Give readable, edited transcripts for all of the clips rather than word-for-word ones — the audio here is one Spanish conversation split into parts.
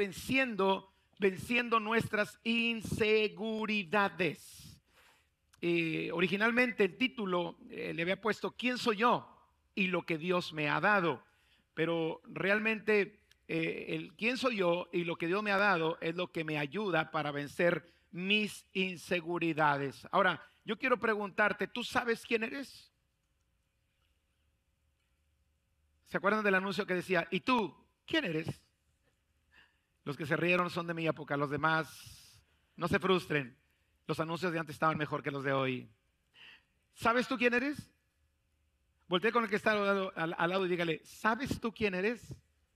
venciendo nuestras inseguridades. Originalmente el título le había puesto ¿Quién soy yo? Y lo que Dios me ha dado. Pero realmente el quién soy yo y lo que Dios me ha dado es lo que me ayuda para vencer mis inseguridades. Ahora, yo quiero preguntarte, ¿tú sabes quién eres? ¿Se acuerdan del anuncio que decía, ¿y tú quién eres? Los que se rieron son de mi época, los demás no se frustren. Los anuncios de antes estaban mejor que los de hoy. ¿Sabes tú quién eres? Voltea con el que está al lado y dígale, ¿sabes tú quién eres?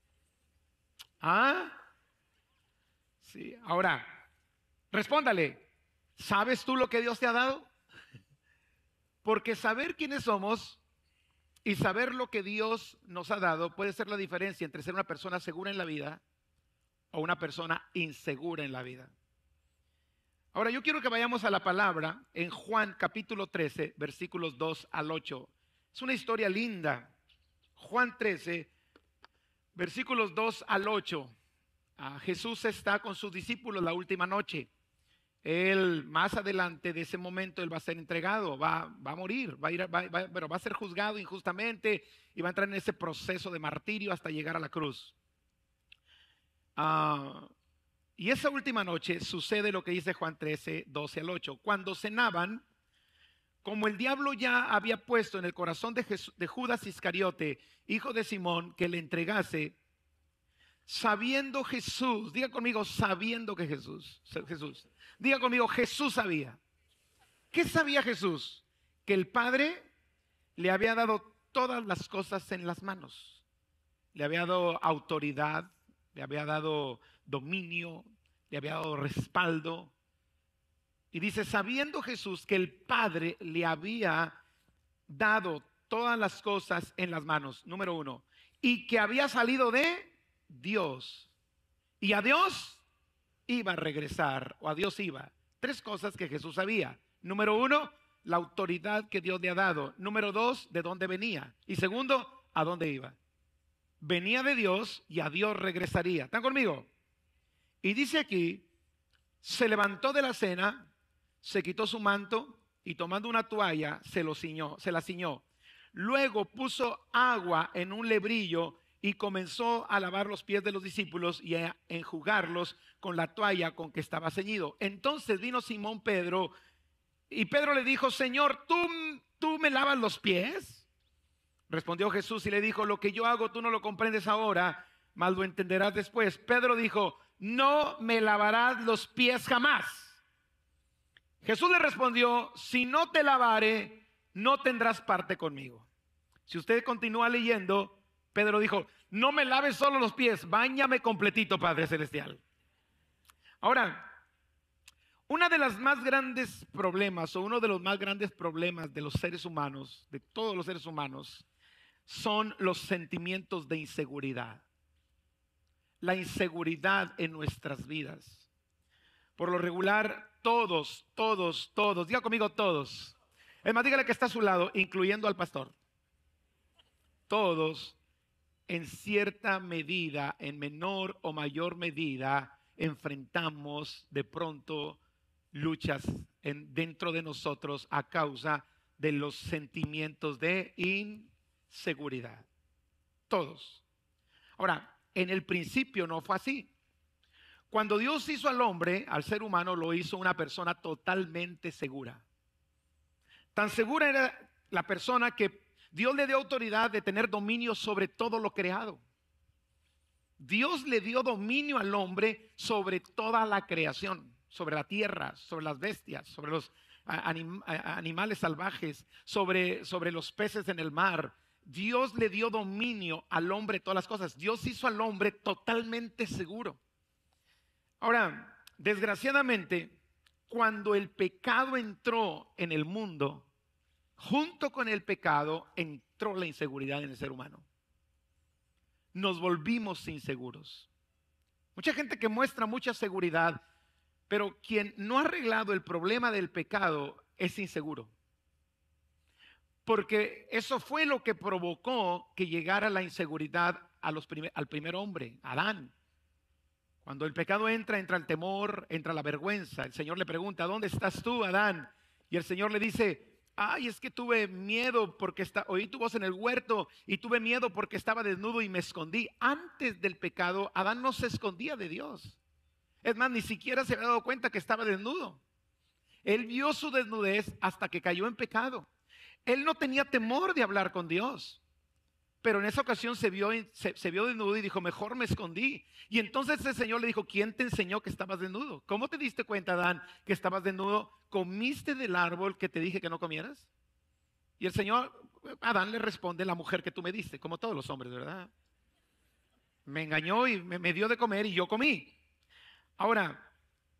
¿Ah? Sí, ahora, respóndale, ¿sabes tú lo que Dios te ha dado? Porque saber quiénes somos y saber lo que Dios nos ha dado puede ser la diferencia entre ser una persona segura en la vida o una persona insegura en la vida. Ahora yo quiero que vayamos a la palabra en Juan capítulo 13, versículos 2 al 8. Es una historia linda. Juan 13, versículos 2 al 8. Jesús está con sus discípulos la última noche. Él más adelante de ese momento él va a ser entregado, va a morir, pero va a ser juzgado injustamente y va a entrar en ese proceso de martirio hasta llegar a la cruz. Y esa última noche sucede lo que dice Juan 13, 12 al 8. Cuando cenaban, como el diablo ya había puesto en el corazón de Judas Iscariote, hijo de Simón, que le entregase, sabiendo Jesús, diga conmigo, sabiendo que Jesús, diga conmigo, Jesús sabía. ¿Qué sabía Jesús? Que el Padre le había dado todas las cosas en las manos. Le había dado autoridad, le había dado dominio, le había dado respaldo. Y dice, sabiendo Jesús que el Padre le había dado todas las cosas en las manos, número uno, y que había salido de Dios, y a Dios iba a regresar, o a Dios iba. Tres cosas que Jesús sabía. Número uno, la autoridad que Dios le ha dado. Número dos, de dónde venía. Y segundo, a dónde iba. Venía de Dios y a Dios regresaría. ¿Están conmigo? Y dice aquí, se levantó de la cena, se quitó su manto y tomando una toalla se la ciñó. Luego puso agua en un lebrillo y comenzó a lavar los pies de los discípulos y a enjugarlos con la toalla con que estaba ceñido. Entonces vino Simón Pedro y Pedro le dijo, Señor, ¿tú me lavas los pies? Respondió Jesús y le dijo, lo que yo hago tú no lo comprendes ahora, mas lo entenderás después. Pedro dijo, no me lavarás los pies jamás. Jesús le respondió, si no te lavare, no tendrás parte conmigo. Si usted continúa leyendo, Pedro dijo, no me laves solo los pies, báñame completito, Padre Celestial. Ahora, uno de los más grandes problemas de los seres humanos, de todos los seres humanos, son los sentimientos de inseguridad. La inseguridad en nuestras vidas. Por lo regular, todos, diga conmigo todos. Es más, dígale que está a su lado, incluyendo al pastor. Todos, en cierta medida, en menor o mayor medida, enfrentamos de pronto luchas dentro de nosotros a causa de los sentimientos de inseguridad. Todos. Ahora, en el principio no fue así. Cuando Dios hizo al hombre, al ser humano, lo hizo una persona totalmente segura. Tan segura era la persona que Dios le dio autoridad de tener dominio sobre todo lo creado. Dios le dio dominio al hombre sobre toda la creación, sobre la tierra, sobre las bestias, sobre los animales salvajes, sobre los peces en el mar. Dios le dio dominio al hombre de todas las cosas. Dios hizo al hombre totalmente seguro. Ahora, desgraciadamente, cuando el pecado entró en el mundo, junto con el pecado entró la inseguridad en el ser humano. Nos volvimos inseguros. Mucha gente que muestra mucha seguridad, pero quien no ha arreglado el problema del pecado es inseguro. Porque eso fue lo que provocó que llegara la inseguridad al primer hombre, Adán. Cuando el pecado entra, entra el temor, entra la vergüenza. El Señor le pregunta, ¿dónde estás tú, Adán? Y el Señor le dice, ay, es que tuve miedo porque oí tu voz en el huerto y tuve miedo porque estaba desnudo y me escondí. Antes del pecado, Adán no se escondía de Dios. Es más, ni siquiera se había dado cuenta que estaba desnudo. Él vio su desnudez hasta que cayó en pecado. Él no tenía temor de hablar con Dios. Pero en esa ocasión se vio desnudo y dijo, mejor me escondí. Y entonces el Señor le dijo, ¿quién te enseñó que estabas desnudo? ¿Cómo te diste cuenta, Adán, que estabas desnudo? ¿Comiste del árbol que te dije que no comieras? Y el Señor, Adán le responde, la mujer que tú me diste, como todos los hombres, ¿verdad? Me engañó y me dio de comer y yo comí. Ahora,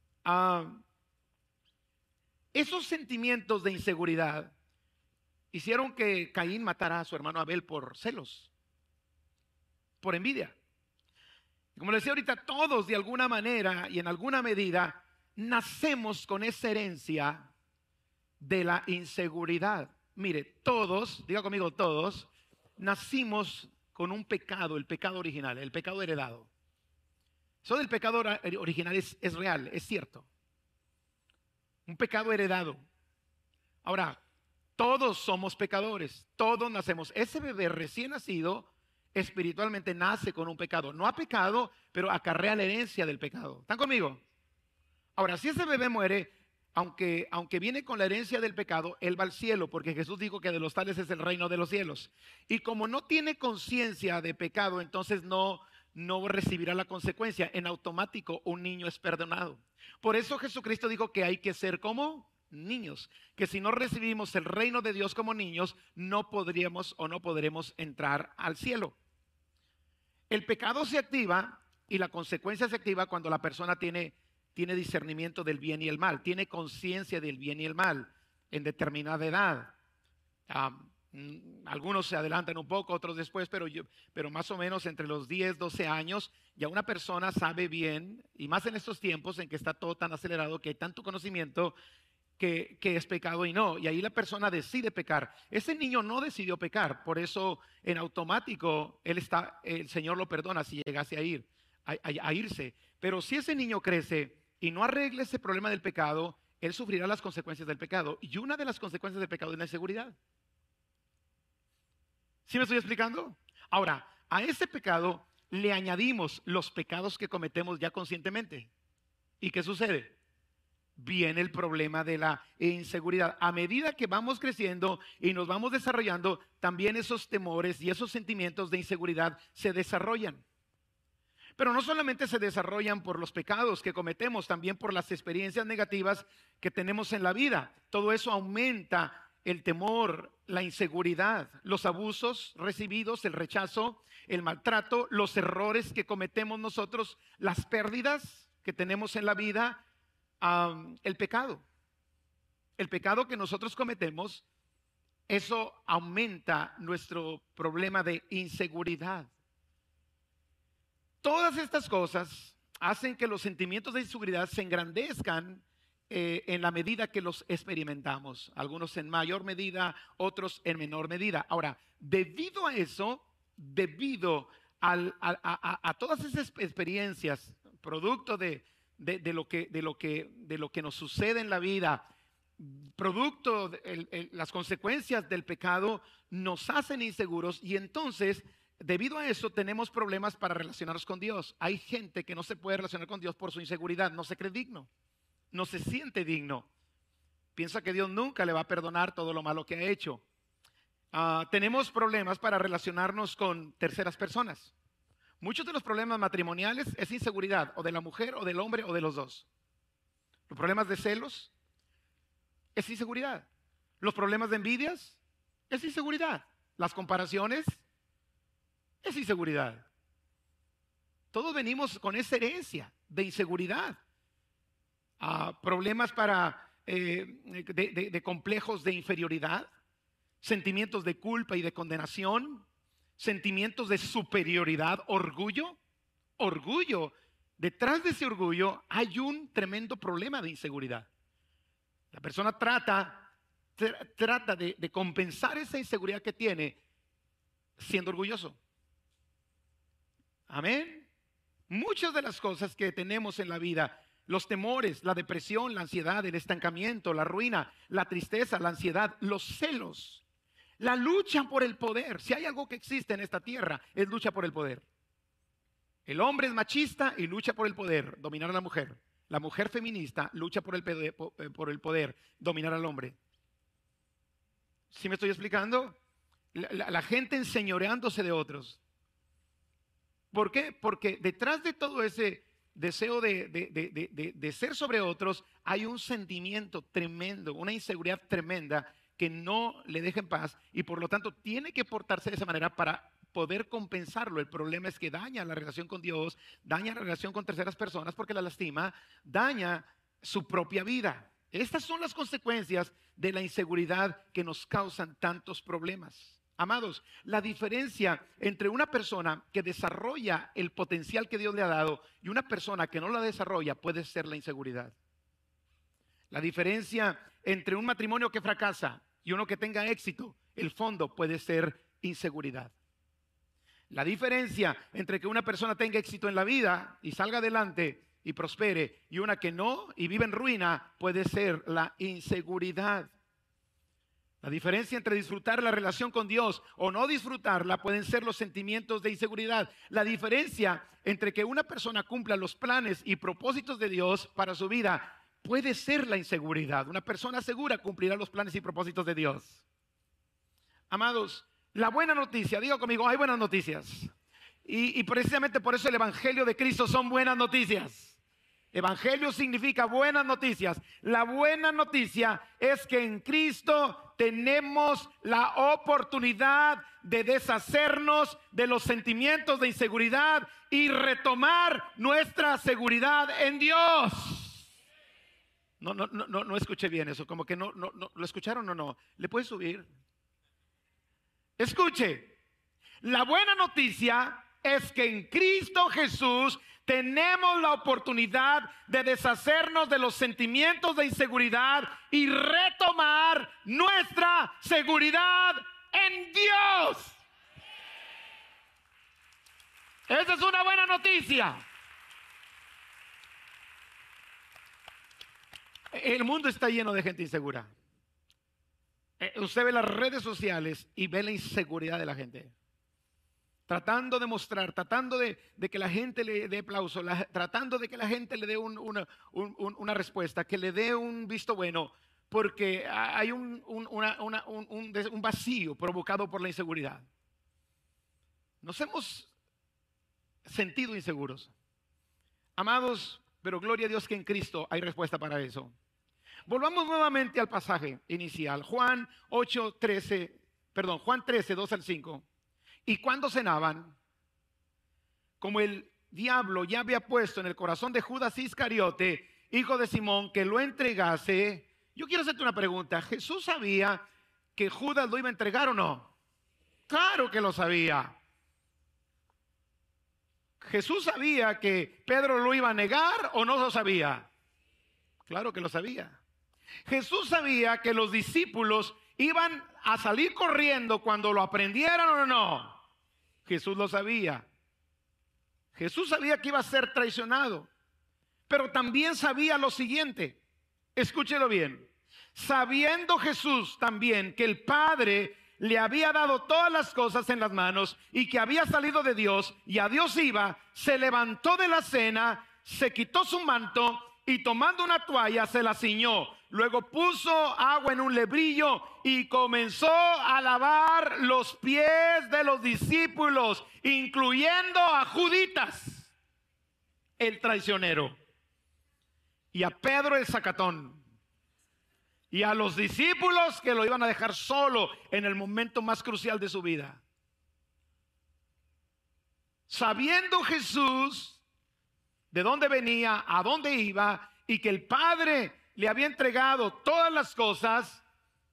esos sentimientos de inseguridad hicieron que Caín matara a su hermano Abel por celos, por envidia. Como les decía ahorita, todos de alguna manera y en alguna medida nacemos con esa herencia de la inseguridad. Mire, todos, diga conmigo todos, nacimos con un pecado, el pecado original, el pecado heredado. Eso del pecado original es real, es cierto. Un pecado heredado. Ahora, todos somos pecadores, todos nacemos. Ese bebé recién nacido espiritualmente nace con un pecado. No ha pecado, pero acarrea la herencia del pecado. ¿Están conmigo? Ahora, si ese bebé muere, aunque viene con la herencia del pecado, él va al cielo, porque Jesús dijo que de los tales es el reino de los cielos. Y como no tiene conciencia de pecado, entonces no recibirá la consecuencia. En automático, un niño es perdonado. Por eso Jesucristo dijo que hay que ser como niños, que si no recibimos el reino de Dios como niños, no podríamos o no podremos entrar al cielo. El pecado se activa y la consecuencia se activa cuando la persona tiene discernimiento del bien y el mal, tiene conciencia del bien y el mal en determinada edad. Algunos se adelantan un poco, otros después, pero más o menos entre los 10, 12 años, ya una persona sabe bien, y más en estos tiempos en que está todo tan acelerado, que hay tanto conocimiento, que es pecado y no. Y ahí la persona decide pecar. Ese niño no decidió pecar, por eso en automático el Señor lo perdona si llegase a irse. Pero si ese niño crece y no arregla ese problema del pecado, él sufrirá las consecuencias del pecado. Y una de las consecuencias del pecado es la inseguridad. ¿Sí me estoy explicando? Ahora, a ese pecado le añadimos los pecados que cometemos ya conscientemente. ¿Y qué sucede? Viene el problema de la inseguridad. A medida que vamos creciendo y nos vamos desarrollando, también esos temores y esos sentimientos de inseguridad se desarrollan. Pero no solamente se desarrollan por los pecados que cometemos, también por las experiencias negativas que tenemos en la vida. Todo eso aumenta el temor, la inseguridad, los abusos recibidos, el rechazo, el maltrato, los errores que cometemos nosotros, las pérdidas que tenemos en la vida. El pecado que nosotros cometemos, eso aumenta nuestro problema de inseguridad. Todas estas cosas hacen que los sentimientos de inseguridad se engrandezcan en la medida que los experimentamos. Algunos en mayor medida, otros en menor medida. Ahora, debido a eso, debido a todas esas experiencias, producto de lo que nos sucede en la vida, producto de las consecuencias del pecado, nos hacen inseguros y entonces, debido a eso, tenemos problemas para relacionarnos con Dios. Hay gente que no se puede relacionar con Dios por su inseguridad, no se cree digno, no se siente digno, piensa que Dios nunca le va a perdonar todo lo malo que ha hecho. Tenemos problemas para relacionarnos con terceras personas. Muchos de los problemas matrimoniales es inseguridad, o de la mujer, o del hombre, o de los dos. Los problemas de celos es inseguridad. Los problemas de envidias es inseguridad. Las comparaciones es inseguridad. Todos venimos con esa herencia de inseguridad. Problemas de complejos de inferioridad, sentimientos de culpa y de condenación, sentimientos de superioridad, orgullo. Detrás de ese orgullo hay un tremendo problema de inseguridad. La persona trata de compensar esa inseguridad que tiene siendo orgulloso. Amén. Muchas de las cosas que tenemos en la vida, los temores, la depresión, la ansiedad, el estancamiento, la ruina, la tristeza, la ansiedad, los celos, la lucha por el poder. Si hay algo que existe en esta tierra, es lucha por el poder. El hombre es machista y lucha por el poder, dominar a la mujer. La mujer feminista lucha por el poder, dominar al hombre. ¿Sí me estoy explicando? La gente enseñoreándose de otros. ¿Por qué? Porque detrás de todo ese deseo de ser sobre otros, hay un sentimiento tremendo, una inseguridad tremenda que no le deja en paz y por lo tanto tiene que portarse de esa manera para poder compensarlo. El problema es que daña la relación con Dios, daña la relación con terceras personas porque la lastima, daña su propia vida. Estas son las consecuencias de la inseguridad que nos causan tantos problemas. Amados, la diferencia entre una persona que desarrolla el potencial que Dios le ha dado y una persona que no la desarrolla puede ser la inseguridad. La diferencia entre un matrimonio que fracasa y uno que tenga éxito, el fondo puede ser inseguridad. La diferencia entre que una persona tenga éxito en la vida y salga adelante y prospere y una que no y vive en ruina puede ser la inseguridad. La diferencia entre disfrutar la relación con Dios o no disfrutarla pueden ser los sentimientos de inseguridad. La diferencia entre que una persona cumpla los planes y propósitos de Dios para su vida puede ser la inseguridad. Una persona segura cumplirá los planes y propósitos de Dios. Amados, la buena noticia, diga conmigo, hay buenas noticias. Y precisamente por eso el Evangelio de Cristo son buenas noticias. Evangelio significa buenas noticias. La buena noticia es que en Cristo tenemos la oportunidad de deshacernos de los sentimientos de inseguridad y retomar nuestra seguridad en Dios. No escuché bien eso, como que no, ¿lo escucharon o no? ¿Le puede subir? Escuche, la buena noticia es que en Cristo Jesús tenemos la oportunidad de deshacernos de los sentimientos de inseguridad y retomar nuestra seguridad en Dios. Esa es una buena noticia. El mundo está lleno de gente insegura. Usted ve las redes sociales y ve la inseguridad de la gente. Tratando de mostrar, tratando de que la gente le dé aplauso, tratando de que la gente le dé una respuesta, que le dé un visto bueno, porque hay un vacío provocado por la inseguridad. Nos hemos sentido inseguros. Amados, pero gloria a Dios que en Cristo hay respuesta para eso. Volvamos nuevamente al pasaje inicial, Juan 13, 2 al 5. Y cuando cenaban, como el diablo ya había puesto en el corazón de Judas Iscariote, hijo de Simón, que lo entregase, yo quiero hacerte una pregunta. ¿Jesús sabía que Judas lo iba a entregar o no? Claro que lo sabía. ¿Jesús sabía que Pedro lo iba a negar o no lo sabía? Claro que lo sabía. Jesús sabía que los discípulos iban a salir corriendo cuando lo aprendieran o no. Jesús lo sabía. Jesús sabía que iba a ser traicionado, pero también sabía lo siguiente. Escúchelo bien. Sabiendo Jesús también que el Padre le había dado todas las cosas en las manos y que había salido de Dios y a Dios iba, se levantó de la cena, se quitó su manto y tomando una toalla se la ciñó. Luego puso agua en un lebrillo y comenzó a lavar los pies de los discípulos, incluyendo a Juditas, el traicionero, y a Pedro el sacatón, y a los discípulos que lo iban a dejar solo en el momento más crucial de su vida. Sabiendo Jesús de dónde venía, a dónde iba, y que el Padre le había entregado todas las cosas,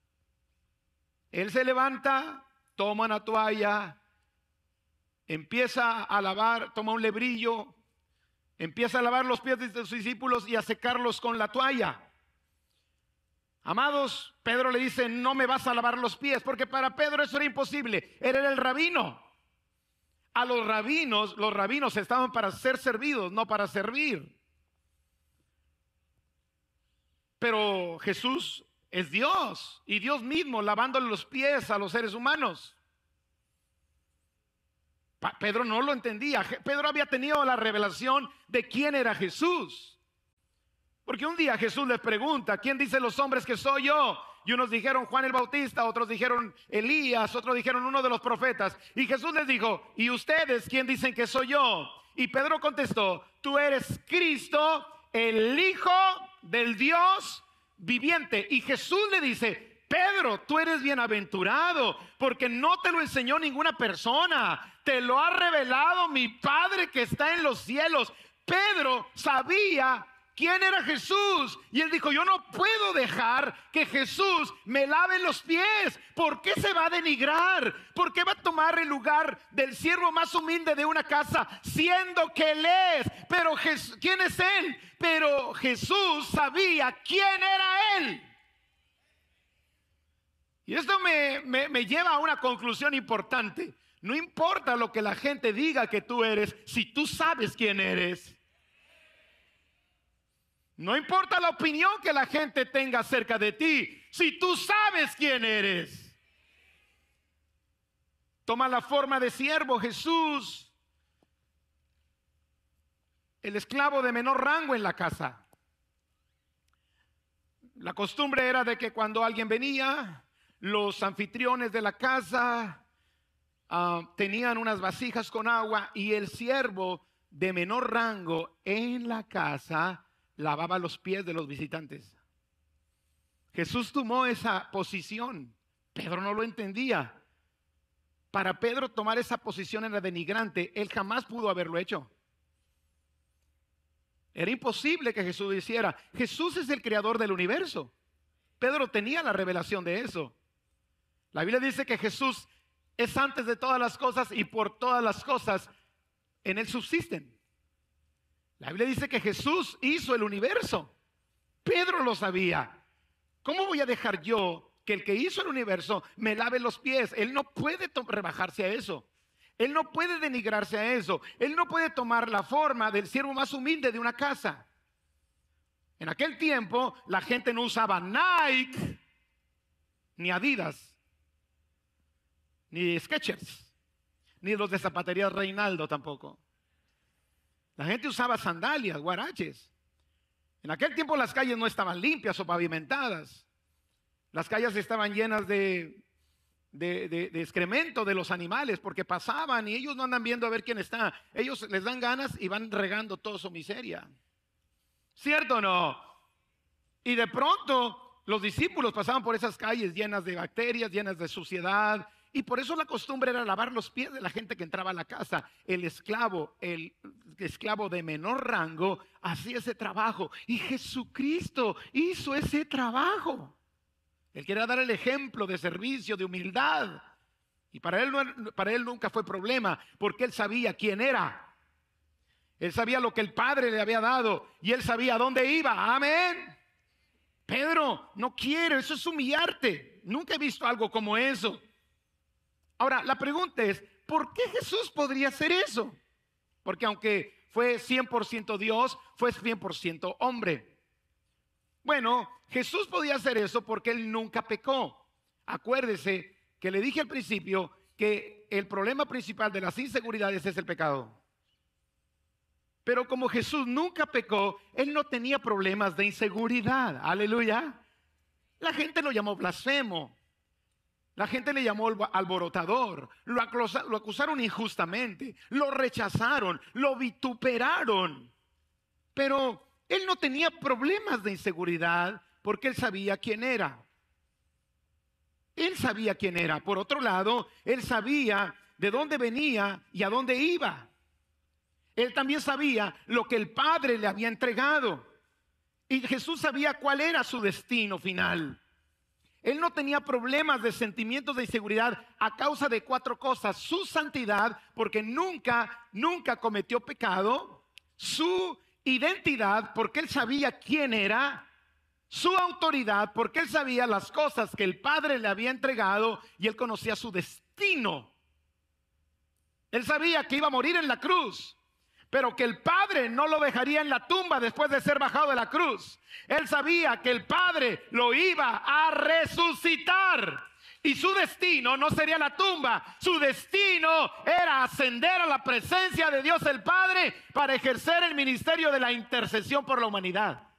él se levanta, toma una toalla, empieza a lavar, toma un lebrillo, empieza a lavar los pies de sus discípulos y a secarlos con la toalla. Amados, Pedro le dice, no me vas a lavar los pies, porque para Pedro eso era imposible, él era el rabino. a los rabinos estaban para ser servidos, no para servir. Pero Jesús es Dios y Dios mismo lavándole los pies a los seres humanos. Pedro no lo entendía. Pedro había tenido la revelación de quién era Jesús. Porque un día Jesús les pregunta: ¿quién dicen los hombres que soy yo? Y unos dijeron Juan el Bautista, otros dijeron Elías, otros dijeron uno de los profetas. Y Jesús les dijo: ¿y ustedes quién dicen que soy yo? Y Pedro contestó: tú eres Cristo, el Hijo del Dios viviente. Y Jesús le dice: Pedro, tú eres bienaventurado, porque no te lo enseñó ninguna persona, te lo ha revelado mi Padre que está en los cielos. Pedro sabía quién era Jesús y él dijo: yo no puedo dejar que Jesús me lave los pies. ¿Por qué se va a denigrar? ¿Por qué va a tomar el lugar del siervo más humilde de una casa, siendo que él es? Pero ¿quién es él? Pero Jesús sabía quién era él. Y esto me lleva a una conclusión importante. No importa lo que la gente diga que tú eres, si tú sabes quién eres. No importa la opinión que la gente tenga acerca de ti, si tú sabes quién eres. Toma la forma de siervo Jesús, el esclavo de menor rango en la casa. La costumbre era de que cuando alguien venía, los anfitriones de la casa tenían unas vasijas con agua y el siervo de menor rango en la casa lavaba los pies de los visitantes. Jesús tomó esa posición. Pedro no lo entendía. Para Pedro tomar esa posición era denigrante. Él jamás pudo haberlo hecho. Era imposible que Jesús lo hiciera. Jesús es el creador del universo. Pedro tenía la revelación de eso. La Biblia dice que Jesús es antes de todas las cosas y por todas las cosas en él subsisten. La Biblia dice que Jesús hizo el universo. Pedro lo sabía. ¿Cómo voy a dejar yo que el que hizo el universo me lave los pies? Él no puede rebajarse a eso. Él no puede denigrarse a eso. Él no puede tomar la forma del siervo más humilde de una casa. En aquel tiempo la gente no usaba Nike, ni Adidas, ni Skechers, ni los de zapatería Reinaldo tampoco. La gente usaba sandalias, guaraches. En aquel tiempo las calles no estaban limpias o pavimentadas. Las calles estaban llenas de excremento de los animales, porque pasaban y ellos no andan viendo a ver quién está. Ellos les dan ganas y van regando toda su miseria. ¿Cierto o no? Y de pronto los discípulos pasaban por esas calles llenas de bacterias, llenas de suciedad. Y por eso la costumbre era lavar los pies de la gente que entraba a la casa. El esclavo de menor rango hacía ese trabajo. Y Jesucristo hizo ese trabajo. Él quería dar el ejemplo de servicio, de humildad. Y para él nunca fue problema, porque él sabía quién era. Él sabía lo que el Padre le había dado y él sabía a dónde iba. Amén. Pedro, no quiero, eso es humillarte. Nunca he visto algo como eso. Ahora, la pregunta es, ¿por qué Jesús podría hacer eso? Porque aunque fue 100% Dios, fue 100% hombre. Bueno, Jesús podía hacer eso porque él nunca pecó. Acuérdese que le dije al principio que el problema principal de las inseguridades es el pecado. Pero como Jesús nunca pecó, él no tenía problemas de inseguridad. Aleluya. La gente lo llamó blasfemo. La gente le llamó alborotador. Lo acusaron injustamente. Lo rechazaron. Lo vituperaron. Pero él no tenía problemas de inseguridad porque él sabía quién era. Él sabía quién era. Por otro lado, él sabía de dónde venía y a dónde iba. Él también sabía lo que el Padre le había entregado. Y Jesús sabía cuál era su destino final. Él no tenía problemas de sentimientos de inseguridad a causa de 4 cosas. Su santidad, porque nunca cometió pecado. Su identidad, porque él sabía quién era. Su autoridad, porque él sabía las cosas que el Padre le había entregado y él conocía su destino. Él sabía que iba a morir en la cruz, pero que el Padre no lo dejaría en la tumba después de ser bajado de la cruz. Él sabía que el Padre lo iba a resucitar. Y su destino no sería la tumba, su destino era ascender a la presencia de Dios el Padre para ejercer el ministerio de la intercesión por la humanidad.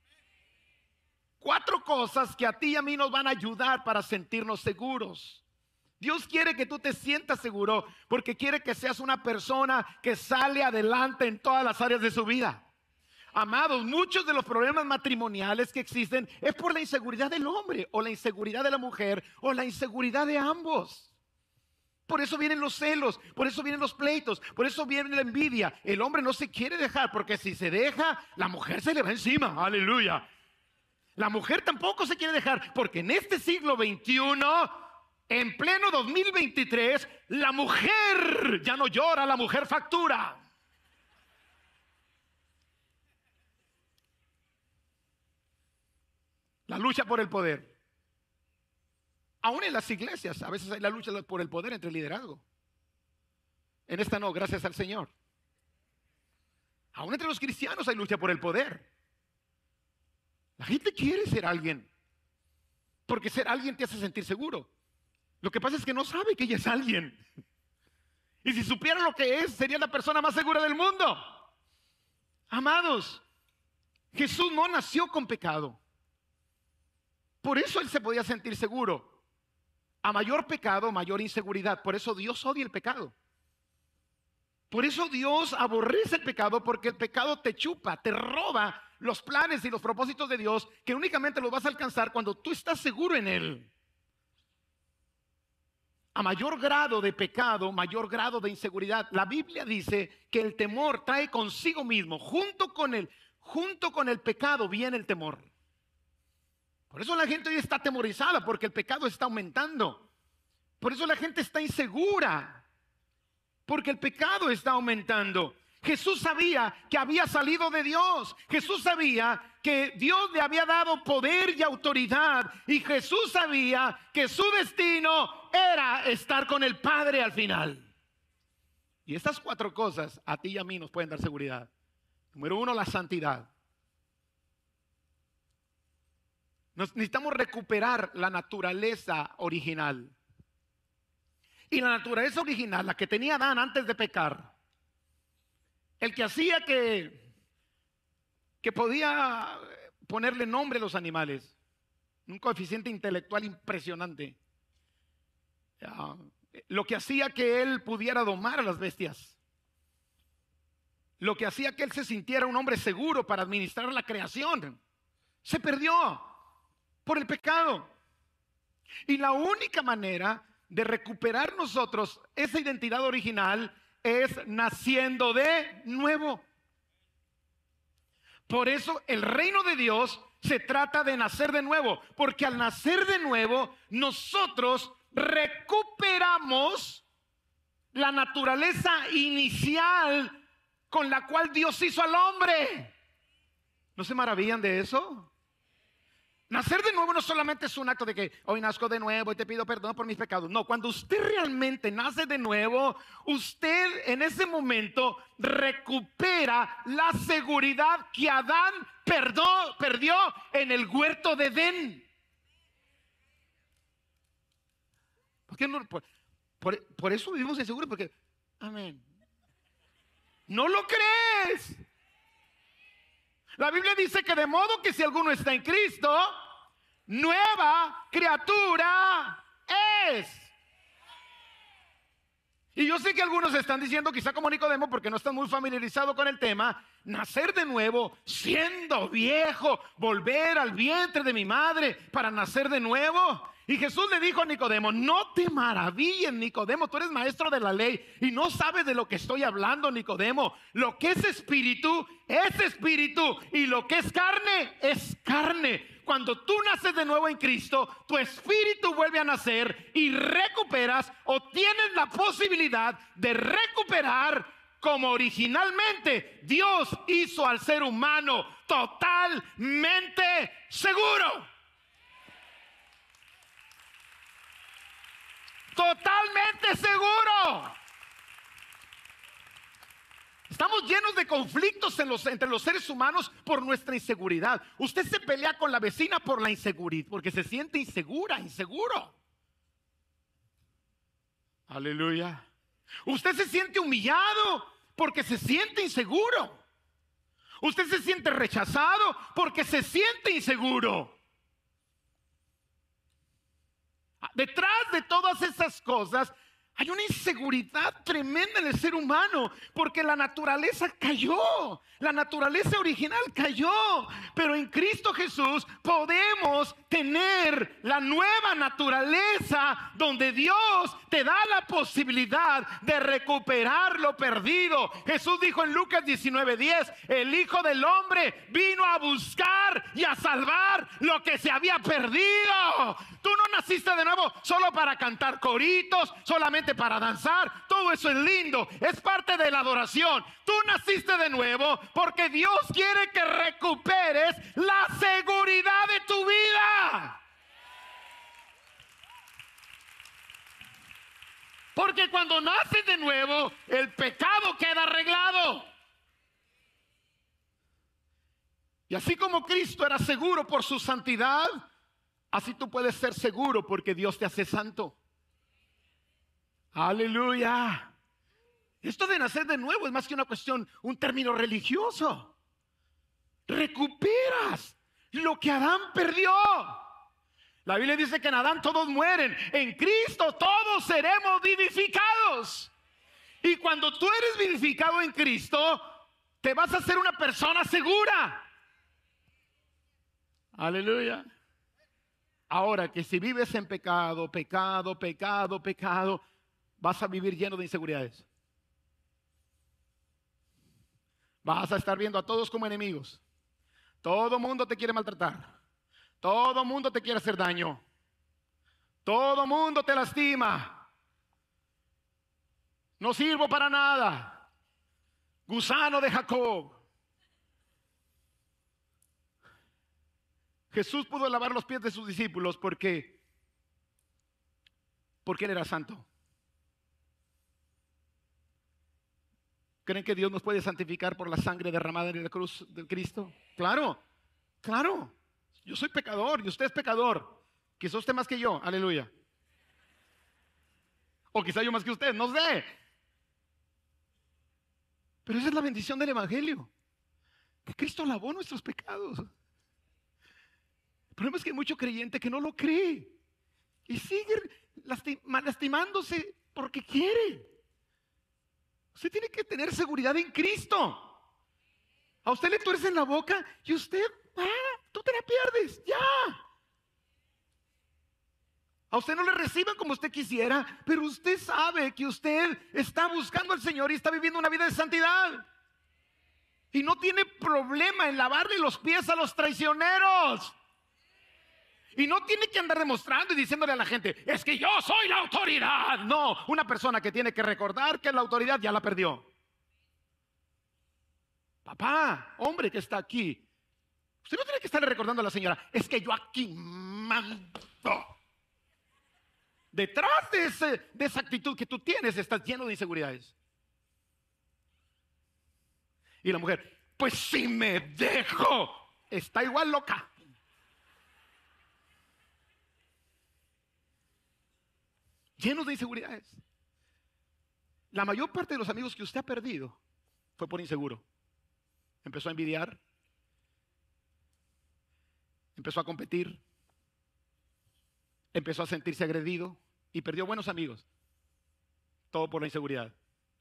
4 cosas que a ti y a mí nos van a ayudar para sentirnos seguros. Dios quiere que tú te sientas seguro porque quiere que seas una persona que sale adelante en todas las áreas de su vida. Amados, muchos de los problemas matrimoniales que existen es por la inseguridad del hombre o la inseguridad de la mujer o la inseguridad de ambos. Por eso vienen los celos, por eso vienen los pleitos, por eso viene la envidia. El hombre no se quiere dejar porque si se deja, la mujer se le va encima. Aleluya. La mujer tampoco se quiere dejar porque en este siglo XXI, en pleno 2023, la mujer ya no llora, la mujer factura. La lucha por el poder. Aún en las iglesias, a veces hay la lucha por el poder entre el liderazgo. En esta no, gracias al Señor. Aún entre los cristianos hay lucha por el poder. La gente quiere ser alguien, porque ser alguien te hace sentir seguro. Lo que pasa es que no sabe que ella es alguien. Y si supiera lo que es, sería la persona más segura del mundo. Amados, Jesús no nació con pecado. Por eso Él se podía sentir seguro. A mayor pecado, mayor inseguridad. Por eso Dios odia el pecado. Por eso Dios aborrece el pecado, porque el pecado te chupa, te roba los planes y los propósitos de Dios, que únicamente los vas a alcanzar cuando tú estás seguro en Él. A mayor grado de pecado, mayor grado de inseguridad. La Biblia dice que el temor trae consigo mismo, junto con el pecado viene el temor. Por eso la gente hoy está atemorizada, porque el pecado está aumentando. Por eso la gente está insegura, porque el pecado está aumentando. Jesús sabía que había salido de Dios. Jesús sabía que Dios le había dado poder y autoridad. Y Jesús sabía que su destino era estar con el Padre al final. Y estas 4 cosas a ti y a mí nos pueden dar seguridad. Número 1, la santidad. Necesitamos recuperar la naturaleza original. Y la naturaleza original, la que tenía Adán antes de pecar, el que hacía que podía ponerle nombre a los animales, un coeficiente intelectual impresionante, lo que hacía que él pudiera domar a las bestias, lo que hacía que él se sintiera un hombre seguro para administrar la creación, se perdió por el pecado. Y la única manera de recuperar nosotros esa identidad original es naciendo de nuevo. Por eso el reino de Dios se trata de nacer de nuevo, porque al nacer de nuevo nosotros recuperamos la naturaleza inicial con la cual Dios hizo al hombre. ¿No se maravillan de eso? Nacer de nuevo no solamente es un acto de que hoy nazco de nuevo y te pido perdón por mis pecados. No, cuando usted realmente nace de nuevo, usted en ese momento recupera la seguridad que Adán perdió en el huerto de Edén. ¿Por qué no? Por eso vivimos inseguros, porque, amén. ¿No lo crees? La Biblia dice que de modo que si alguno está en Cristo, nueva criatura es. Y yo sé que algunos están diciendo, quizá como Nicodemo, porque no están muy familiarizados con el tema, nacer de nuevo, siendo viejo, volver al vientre de mi madre para nacer de nuevo. Y Jesús le dijo a Nicodemo, no te maravilles, Nicodemo, tú eres maestro de la ley y no sabes de lo que estoy hablando, Nicodemo. Lo que es espíritu, y lo que es carne. Cuando tú naces de nuevo en Cristo, tu espíritu vuelve a nacer y recuperas o tienes la posibilidad de recuperar como originalmente Dios hizo al ser humano, totalmente seguro. Totalmente seguro. Estamos llenos de conflictos entre los seres humanos por nuestra inseguridad. Usted se pelea con la vecina por la inseguridad, porque se siente insegura, inseguro. Aleluya. Usted se siente humillado porque se siente inseguro. Usted se siente rechazado porque se siente inseguro. Detrás de todas esas cosas hay una inseguridad tremenda en el ser humano, porque la naturaleza cayó, la naturaleza original cayó, pero en Cristo Jesús podemos tener la nueva naturaleza donde Dios te da la posibilidad de recuperar lo perdido. Jesús dijo en Lucas 19:10, el Hijo del Hombre vino a buscar y a salvar lo que se había perdido. Tú no naciste de nuevo solo para cantar coritos, solamente para danzar. Todo eso es lindo, es parte de la adoración. Tú naciste de nuevo porque Dios quiere que recuperes la seguridad de tu vida. Porque cuando naces de nuevo, el pecado queda arreglado. Y así como Cristo era seguro por su santidad, así tú puedes ser seguro porque Dios te hace santo. Aleluya. Esto de nacer de nuevo es más que una cuestión, un término religioso. Recuperas lo que Adán perdió. La Biblia dice que en Adán todos mueren. En Cristo todos seremos vivificados. Y cuando tú eres vivificado en Cristo, te vas a hacer una persona segura. Aleluya. Ahora que si vives en pecado, vas a vivir lleno de inseguridades. Vas a estar viendo a todos como enemigos. Todo mundo te quiere maltratar. Todo mundo te quiere hacer daño. Todo mundo te lastima. No sirvo para nada. Gusano de Jacob. Jesús pudo lavar los pies de sus discípulos porque él era santo. ¿Creen que Dios nos puede santificar por la sangre derramada en la cruz de Cristo? Claro, claro. Yo soy pecador y usted es pecador. Quizá usted más que yo, aleluya. O quizá yo más que usted, no sé. Pero esa es la bendición del Evangelio, que Cristo lavó nuestros pecados. El problema es que hay mucho creyente que no lo cree y sigue lastimándose porque quiere. Usted tiene que tener seguridad en Cristo. A usted le tuercen la boca y usted, tú te la pierdes, ya. A usted no le reciben como usted quisiera, pero usted sabe que usted está buscando al Señor y está viviendo una vida de santidad. Y no tiene problema en lavarle los pies a los traicioneros. Y no tiene que andar demostrando y diciéndole a la gente, es que yo soy la autoridad. No, una persona que tiene que recordar que la autoridad ya la perdió. Papá, hombre que está aquí, usted no tiene que estarle recordando a la señora, es que yo aquí mando. Detrás de esa actitud que tú tienes, estás lleno de inseguridades. Y la mujer, pues si me dejo, está igual loca. Llenos de inseguridades. La mayor parte de los amigos que usted ha perdido fue por inseguro. Empezó a envidiar, empezó a competir, empezó a sentirse agredido y perdió buenos amigos. Todo por la inseguridad.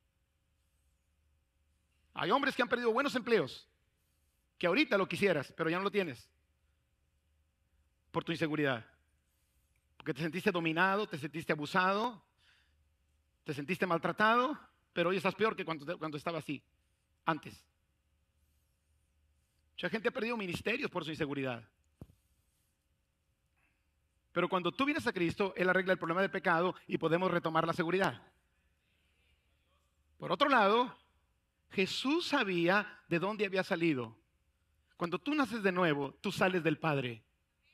Hay hombres que han perdido buenos empleos, que ahorita lo quisieras, pero ya no lo tienes, por tu inseguridad. Porque te sentiste dominado, te sentiste abusado, te sentiste maltratado, pero hoy estás peor que cuando estaba así, antes. Mucha gente ha perdido ministerios por su inseguridad. Pero cuando tú vienes a Cristo, Él arregla el problema del pecado y podemos retomar la seguridad. Por otro lado, Jesús sabía de dónde había salido. Cuando tú naces de nuevo, tú sales del Padre.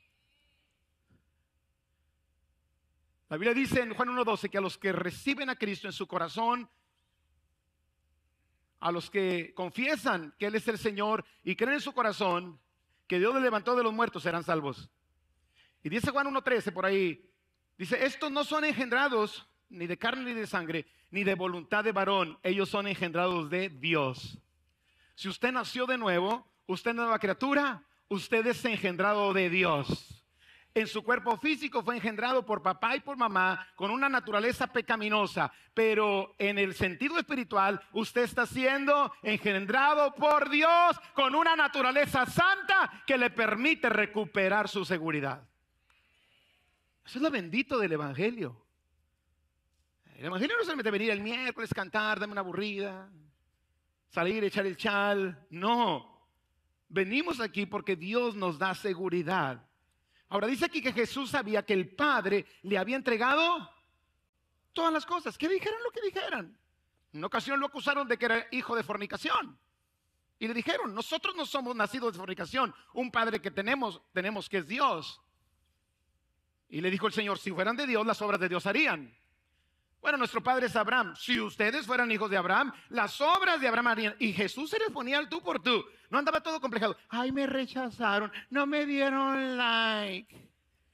La Biblia dice en Juan 1:12 que a los que reciben a Cristo en su corazón, a los que confiesan que Él es el Señor y creen en su corazón que Dios le levantó de los muertos, serán salvos. Y dice Juan 1:13 por ahí, dice, estos no son engendrados ni de carne ni de sangre, ni de voluntad de varón, ellos son engendrados de Dios. Si usted nació de nuevo, usted es nueva criatura, usted es engendrado de Dios. En su cuerpo físico fue engendrado por papá y por mamá con una naturaleza pecaminosa, pero en el sentido espiritual usted está siendo engendrado por Dios con una naturaleza santa que le permite recuperar su seguridad. Eso es lo bendito del Evangelio. El Evangelio no es solamente venir el miércoles, cantar, darme una aburrida, salir, echar el chal. No, venimos aquí porque Dios nos da seguridad. Ahora dice aquí que Jesús sabía que el Padre le había entregado todas las cosas. Que dijeran lo que dijeran. En una ocasión lo acusaron de que era hijo de fornicación. Y le dijeron, nosotros no somos nacidos de fornicación. Un Padre que tenemos que es Dios. Y le dijo el Señor, si fueran de Dios, las obras de Dios harían. Bueno, nuestro padre es Abraham. Si ustedes fueran hijos de Abraham, las obras de Abraham harían. Y Jesús se les ponía al tú por tú. No andaba todo complejado. Ay, me rechazaron. No me dieron like.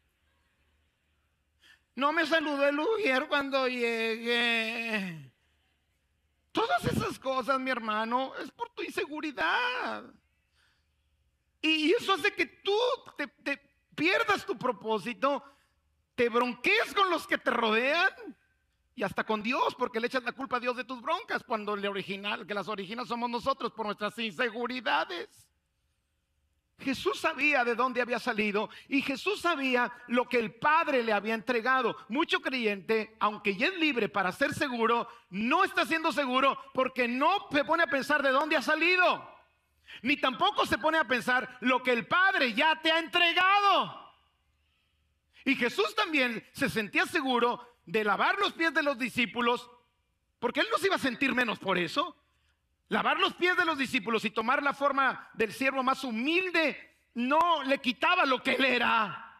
No me saludó el Ujier cuando llegué. Todas esas cosas, mi hermano, es por tu inseguridad. Y eso hace que tú te pierdas tu propósito, te bronquees con los que te rodean. Y hasta con Dios, porque le echas la culpa a Dios de tus broncas, cuando que las originas somos nosotros por nuestras inseguridades. Jesús sabía de dónde había salido y Jesús sabía lo que el Padre le había entregado. Mucho creyente, aunque ya es libre para ser seguro, no está siendo seguro porque no se pone a pensar de dónde ha salido, ni tampoco se pone a pensar lo que el Padre ya te ha entregado. Y Jesús también se sentía seguro de lavar los pies de los discípulos, porque Él no se iba a sentir menos por eso. Lavar los pies de los discípulos y tomar la forma del siervo más humilde no le quitaba lo que Él era.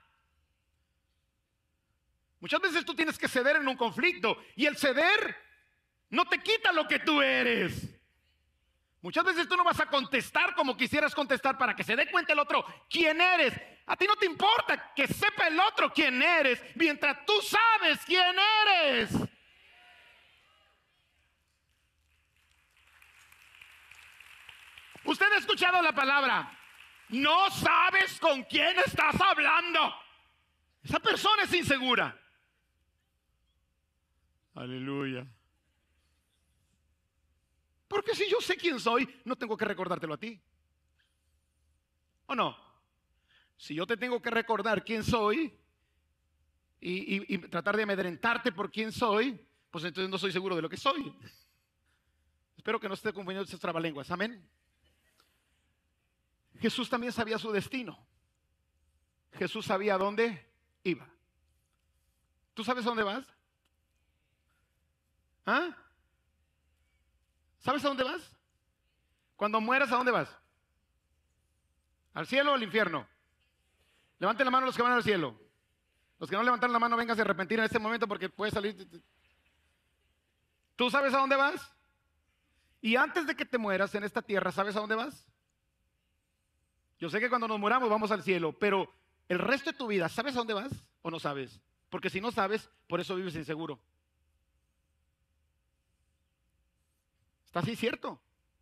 Muchas veces tú tienes que ceder en un conflicto y el ceder no te quita lo que tú eres. Muchas veces tú no vas a contestar como quisieras contestar para que se dé cuenta el otro quién eres. A ti no te importa que sepa el otro quién eres mientras tú sabes quién eres. Usted ha escuchado la palabra, no sabes con quién estás hablando. Esa persona es insegura. Aleluya. Porque si yo sé quién soy, no tengo que recordártelo a ti. ¿O no? Si yo te tengo que recordar quién soy y tratar de amedrentarte por quién soy, pues entonces no soy seguro de lo que soy. Espero que no esté confundiendo esas trabalenguas. Amén. Jesús también sabía su destino. Jesús sabía a dónde iba. ¿Tú sabes a dónde vas? ¿Ah? ¿Sabes a dónde vas? Cuando mueras, ¿a dónde vas? ¿Al cielo o al infierno? Levanten la mano los que van al cielo. Los que no levantaron la mano, vénganse a arrepentir en este momento porque puede salir. ¿Tú sabes a dónde vas? Y antes de que te mueras en esta tierra, ¿sabes a dónde vas? Yo sé que cuando nos muramos vamos al cielo, pero el resto de tu vida, ¿sabes a dónde vas o no sabes? Porque si no sabes, por eso vives inseguro. ¿Está así cierto?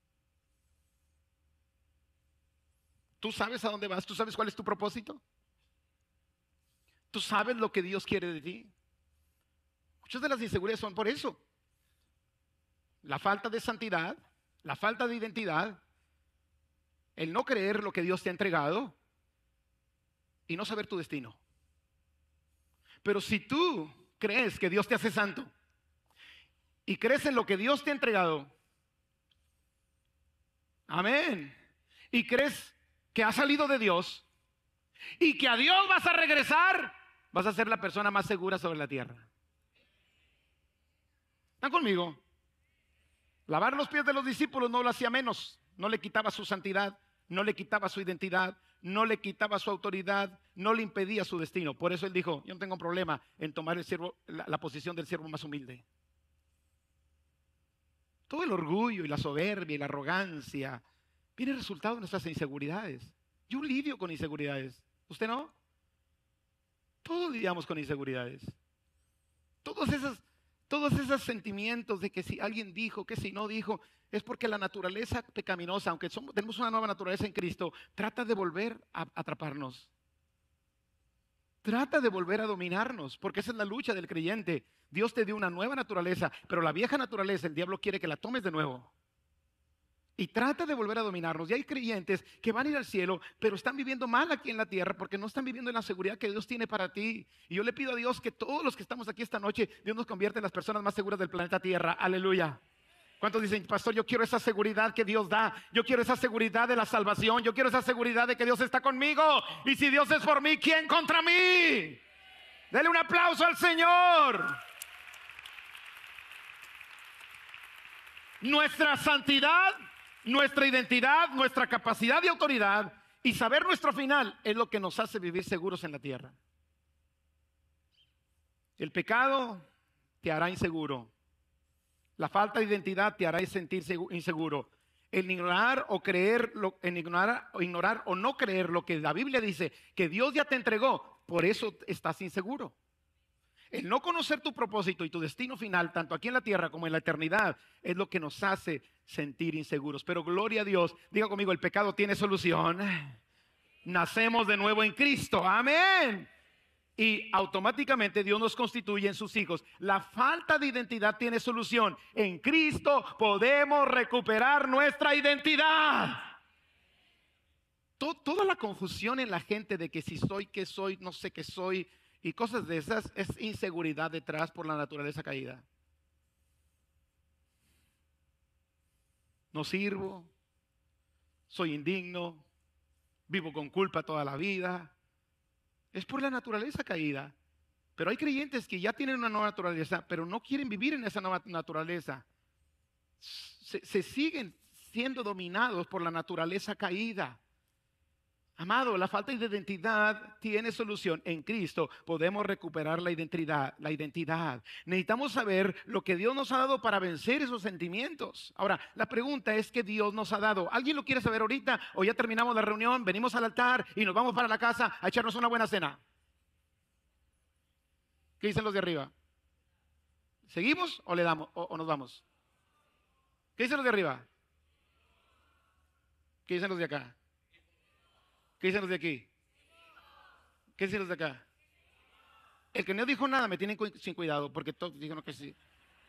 ¿Tú sabes a dónde vas? ¿Tú sabes cuál es tu propósito? ¿Tú sabes lo que Dios quiere de ti? Muchas de las inseguridades son por eso. La falta de santidad, la falta de identidad, el no creer lo que Dios te ha entregado y no saber tu destino. Pero si tú crees que Dios te hace santo y crees en lo que Dios te ha entregado, amén, y crees que has salido de Dios y que a Dios vas a regresar, vas a ser la persona más segura sobre la tierra. ¿Están conmigo? Lavar los pies de los discípulos no lo hacía menos, no le quitaba su santidad, no le quitaba su identidad, no le quitaba su autoridad, no le impedía su destino. Por eso él dijo, yo no tengo problema en tomar la posición del siervo más humilde. Todo el orgullo y la soberbia y la arrogancia viene resultado de nuestras inseguridades. Yo lidio con inseguridades. ¿Usted no? Todos lidiamos con inseguridades. Todos esos sentimientos de que si alguien dijo, que si no dijo, es porque la naturaleza pecaminosa, aunque tenemos una nueva naturaleza en Cristo, trata de volver a atraparnos. Trata de volver a dominarnos, porque esa es la lucha del creyente. Dios te dio una nueva naturaleza, pero la vieja naturaleza, el diablo quiere que la tomes de nuevo. Y trata de volver a dominarnos. Y hay creyentes que van a ir al cielo, pero están viviendo mal aquí en la tierra porque no están viviendo en la seguridad que Dios tiene para ti. Y yo le pido a Dios que todos los que estamos aquí esta noche, Dios nos convierta en las personas más seguras del planeta Tierra. Aleluya. ¿Cuántos dicen, pastor, yo quiero esa seguridad que Dios da? Yo quiero esa seguridad de la salvación. Yo quiero esa seguridad de que Dios está conmigo. Y si Dios es por mí, ¿quién contra mí? Dele un aplauso al Señor. Nuestra santidad, nuestra identidad, nuestra capacidad de autoridad y saber nuestro final es lo que nos hace vivir seguros en la tierra. El pecado te hará inseguro. La falta de identidad te hará sentirse inseguro. El ignorar o ignorar o no creer lo que la Biblia dice que Dios ya te entregó, por eso estás inseguro. El no conocer tu propósito y tu destino final, tanto aquí en la tierra como en la eternidad, es lo que nos hace sentir inseguros. Pero gloria a Dios, diga conmigo, el pecado tiene solución. Nacemos de nuevo en Cristo, amén. Y automáticamente Dios nos constituye en sus hijos. La falta de identidad tiene solución. En Cristo podemos recuperar nuestra identidad. Toda la confusión en la gente de que si soy, qué soy, no sé qué soy y cosas de esas es inseguridad detrás por la naturaleza caída. No sirvo, soy indigno, vivo con culpa toda la vida. Es por la naturaleza caída. Pero hay creyentes que ya tienen una nueva naturaleza, pero no quieren vivir en esa nueva naturaleza. Se siguen siendo dominados por la naturaleza caída. Amado, la falta de identidad tiene solución. En Cristo podemos recuperar la identidad. Necesitamos saber lo que Dios nos ha dado para vencer esos sentimientos. Ahora, la pregunta es, ¿qué Dios nos ha dado? ¿Alguien lo quiere saber ahorita? ¿O ya terminamos la reunión, venimos al altar y nos vamos para la casa a echarnos una buena cena? ¿Qué dicen los de arriba? ¿Seguimos o le damos o nos vamos? ¿Qué dicen los de arriba? ¿Qué dicen los de acá? ¿Qué dicen los de aquí? ¿Qué dicen los de acá? El que no dijo nada me tienen sin cuidado porque todos dijeron que sí.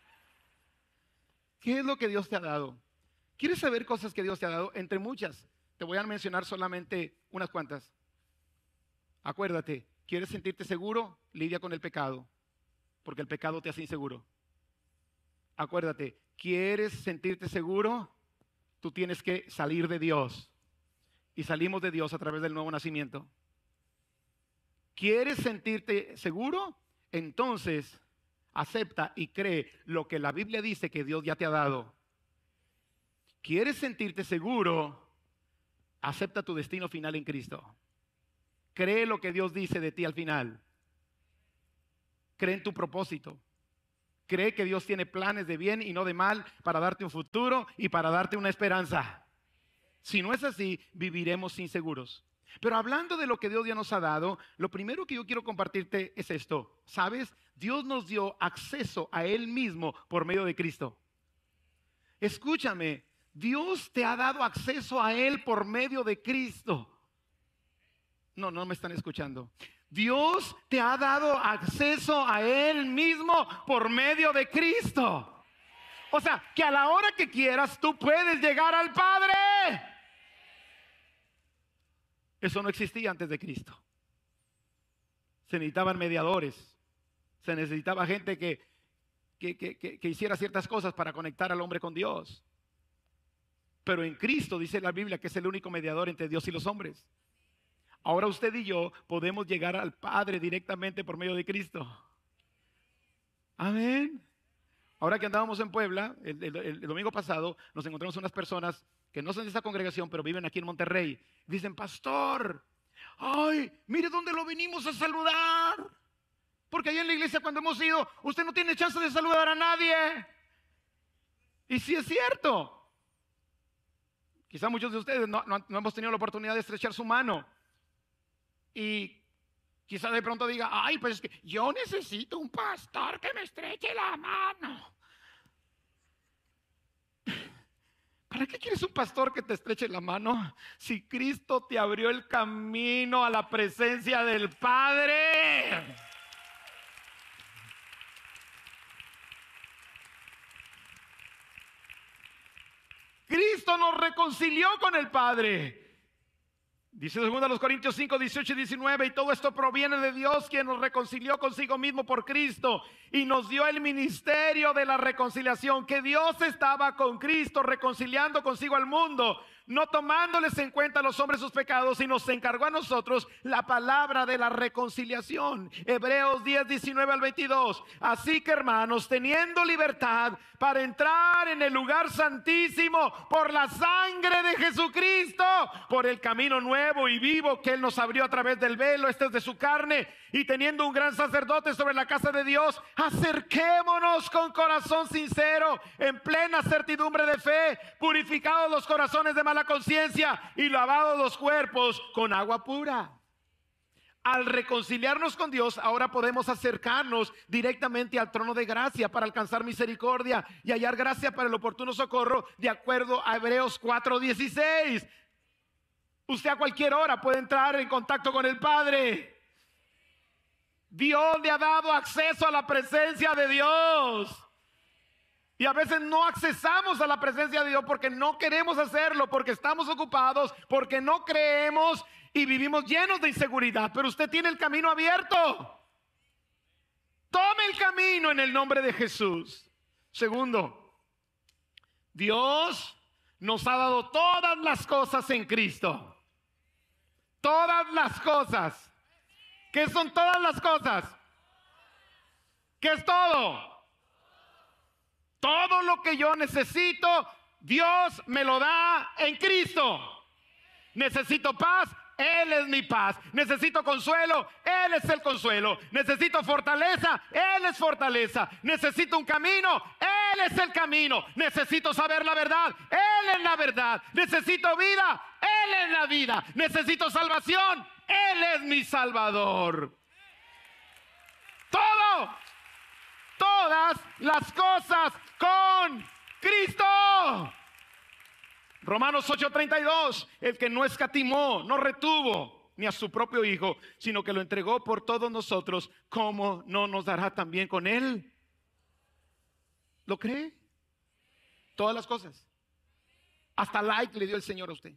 ¿Qué es lo que Dios te ha dado? ¿Quieres saber cosas que Dios te ha dado? Entre muchas. Te voy a mencionar solamente unas cuantas. Acuérdate, ¿quieres sentirte seguro? Lidia con el pecado, porque el pecado te hace inseguro. Acuérdate, ¿quieres sentirte seguro? Tú tienes que salir de Dios. Y salimos de Dios a través del nuevo nacimiento. ¿Quieres sentirte seguro? Entonces, acepta y cree lo que la Biblia dice que Dios ya te ha dado. ¿Quieres sentirte seguro? Acepta tu destino final en Cristo. Cree lo que Dios dice de ti al final. Cree en tu propósito. Cree que Dios tiene planes de bien y no de mal para darte un futuro y para darte una esperanza. Si no es así, viviremos inseguros. Pero hablando de lo que Dios ya nos ha dado, lo primero que yo quiero compartirte es esto. ¿Sabes? Dios nos dio acceso a Él mismo por medio de Cristo. Escúchame, Dios te ha dado acceso a Él por medio de Cristo. No me están escuchando. Dios te ha dado acceso a Él mismo por medio de Cristo. O sea, que a la hora que quieras tú puedes llegar al Padre. Eso no existía antes de Cristo. Se necesitaban mediadores. Se necesitaba gente que hiciera ciertas cosas para conectar al hombre con Dios. Pero en Cristo dice la Biblia que es el único mediador entre Dios y los hombres. Ahora usted y yo podemos llegar al Padre directamente por medio de Cristo. Amén. Ahora que andábamos en Puebla, el domingo pasado, nos encontramos unas personas que no son de esta congregación, pero viven aquí en Monterrey. Dicen, pastor, ay, mire dónde lo venimos a saludar. Porque allá en la iglesia cuando hemos ido, usted no tiene chance de saludar a nadie. Y sí es cierto. Quizá muchos de ustedes no hemos tenido la oportunidad de estrechar su mano. Y quizá de pronto diga, ay, pues es que yo necesito un pastor que me estreche la mano. ¿Para qué quieres un pastor que te estreche la mano si Cristo te abrió el camino a la presencia del Padre? Cristo nos reconcilió con el Padre. Dice 2 Corintios 5, 18 y 19, y todo esto proviene de Dios, quien nos reconcilió consigo mismo por Cristo y nos dio el ministerio de la reconciliación, que Dios estaba con Cristo reconciliando consigo al mundo, no tomándoles en cuenta a los hombres sus pecados, y nos encargó a nosotros la palabra de la reconciliación. Hebreos 10, 19 al 22. Así que, hermanos, teniendo libertad para entrar en el lugar santísimo por la sangre de Jesucristo, por el camino nuevo y vivo que Él nos abrió a través del velo, este es de su carne, y teniendo un gran sacerdote sobre la casa de Dios, acerquémonos con corazón sincero, en plena certidumbre de fe, purificados los corazones de mala conciencia y lavados los cuerpos con agua pura. Al reconciliarnos con Dios, ahora podemos acercarnos directamente al trono de gracia para alcanzar misericordia y hallar gracia para el oportuno socorro, de acuerdo a Hebreos 4:16. Usted a cualquier hora puede entrar en contacto con el Padre. Dios le ha dado acceso a la presencia de Dios. Y a veces no accesamos a la presencia de Dios porque no queremos hacerlo, porque estamos ocupados, porque no creemos y vivimos llenos de inseguridad. Pero usted tiene el camino abierto. Tome el camino en el nombre de Jesús. Segundo, Dios nos ha dado todas las cosas en Cristo. Todas las cosas. ¿Qué son todas las cosas? ¿Qué es todo? Todo lo que yo necesito, Dios me lo da en Cristo. Necesito paz, Él es mi paz. Necesito consuelo, Él es el consuelo. Necesito fortaleza, Él es fortaleza. Necesito un camino, Él es el camino. Necesito saber la verdad, Él es la verdad. Necesito vida, Él es la vida. Necesito salvación, Él es mi Salvador. Todo, todas las cosas con Cristo. Romanos 8:32, el que no escatimó, no retuvo ni a su propio Hijo, sino que lo entregó por todos nosotros, ¿cómo no nos dará también con Él? ¿Lo cree? Todas las cosas. Hasta like le dio el Señor a usted.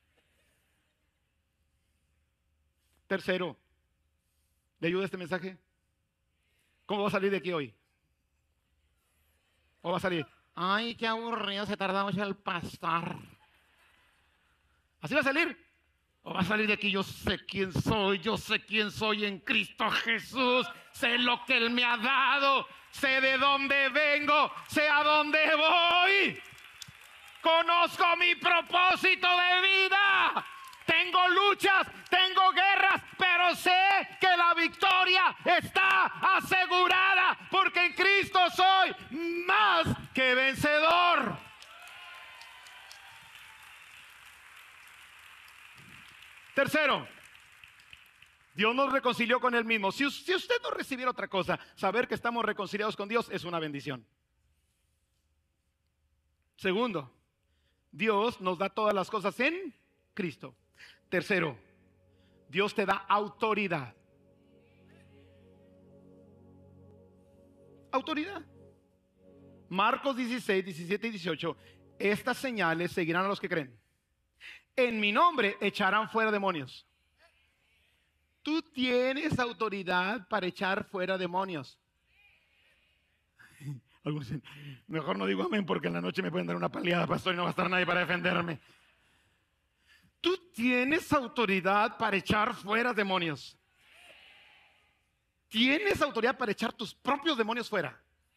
Tercero, ¿le ayuda este mensaje? ¿Cómo va a salir de aquí hoy? ¿O va a salir? Ay, qué aburrido, se tarda mucho el pastor. ¿Así va a salir? ¿O va a salir de aquí? Yo sé quién soy en Cristo Jesús, sé lo que Él me ha dado, sé de dónde vengo, sé a dónde voy, conozco mi propósito de vida. Tengo luchas, tengo guerras, pero sé que la victoria está asegurada, porque en Cristo soy más que vencedor. Tercero, Dios nos reconcilió con Él mismo. Si usted no recibiera otra cosa, saber que estamos reconciliados con Dios es una bendición. Segundo, Dios nos da todas las cosas en Cristo. Tercero, Dios te da autoridad. Autoridad. Marcos 16, 17 y 18. Estas señales seguirán a los que creen. En mi nombre echarán fuera demonios. Tú tienes autoridad para echar fuera demonios. Algunos dicen, mejor no digo amén porque en la noche me pueden dar una paliada, pastor, y no va a estar nadie para defenderme. Tú tienes autoridad para echar fuera demonios. Tienes autoridad para echar tus propios demonios fuera.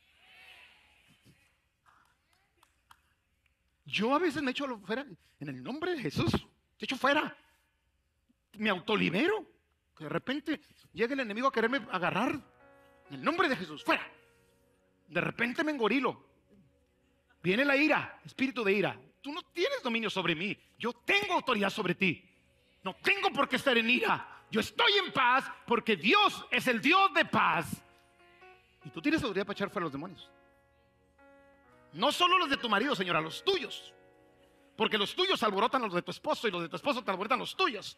Yo a veces me echo fuera en el nombre de Jesús. Te echo fuera. Me autolibero. Que de repente llega el enemigo a quererme agarrar. En el nombre de Jesús, fuera. De repente me engorilo. Viene la ira, espíritu de ira. Tú no tienes dominio sobre mí. Yo tengo autoridad sobre ti. No tengo por qué estar en ira. Yo estoy en paz porque Dios es el Dios de paz. Y tú tienes autoridad para echar fuera los demonios. No solo los de tu marido, señora, los tuyos. Porque los tuyos alborotan a los de tu esposo y los de tu esposo te alborotan los tuyos.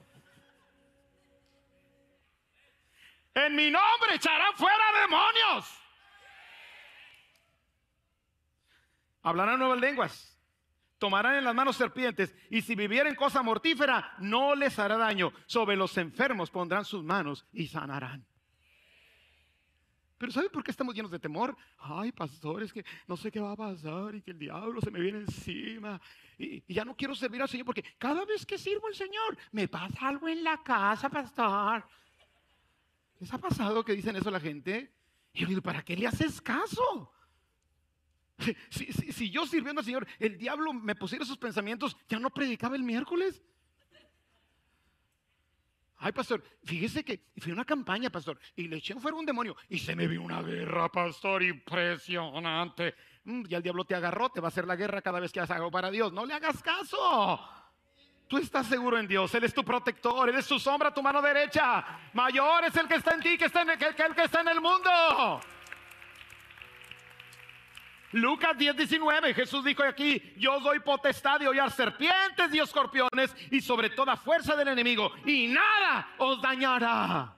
En mi nombre echarán fuera demonios. Hablarán nuevas lenguas. Tomarán en las manos serpientes, y si vivieren cosa mortífera, no les hará daño. Sobre los enfermos pondrán sus manos y sanarán. Pero ¿sabe por qué estamos llenos de temor? Ay, pastor, es que no sé qué va a pasar y que el diablo se me viene encima. Y ya no quiero servir al Señor porque cada vez que sirvo al Señor me pasa algo en la casa, pastor. ¿Les ha pasado que dicen eso a la gente? Y yo digo, ¿para qué le haces caso? Si yo sirviendo al Señor, el diablo me pusiera esos pensamientos, ya no predicaba el miércoles. Ay, pastor, fíjese que fui a una campaña, pastor, y le eché fuera un demonio y se me vio una guerra, pastor, impresionante. Ya el diablo te agarró, te va a hacer la guerra cada vez que hagas algo para Dios. No le hagas caso. Tú estás seguro en Dios, Él es tu protector, Él es tu sombra, tu mano derecha. Mayor es el que está en ti que el que está en el mundo. Lucas 10:19, Jesús dijo aquí: yo os doy potestad de hollar serpientes y escorpiones y sobre toda fuerza del enemigo, y nada os dañará.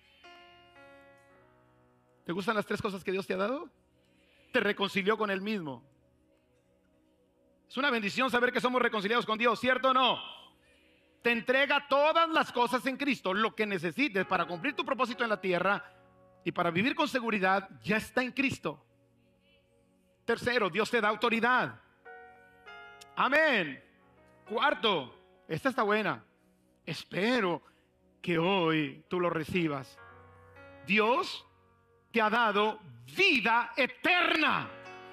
¿Te gustan las tres cosas que Dios te ha dado? Te reconcilió con Él mismo. Es una bendición saber que somos reconciliados con Dios, ¿cierto o no? Te entrega todas las cosas en Cristo. Lo que necesites para cumplir tu propósito en la tierra y para vivir con seguridad ya está en Cristo. Tercero, Dios te da autoridad. Amén. Cuarto, esta está buena. Espero que hoy tú lo recibas. Dios te ha dado vida eterna.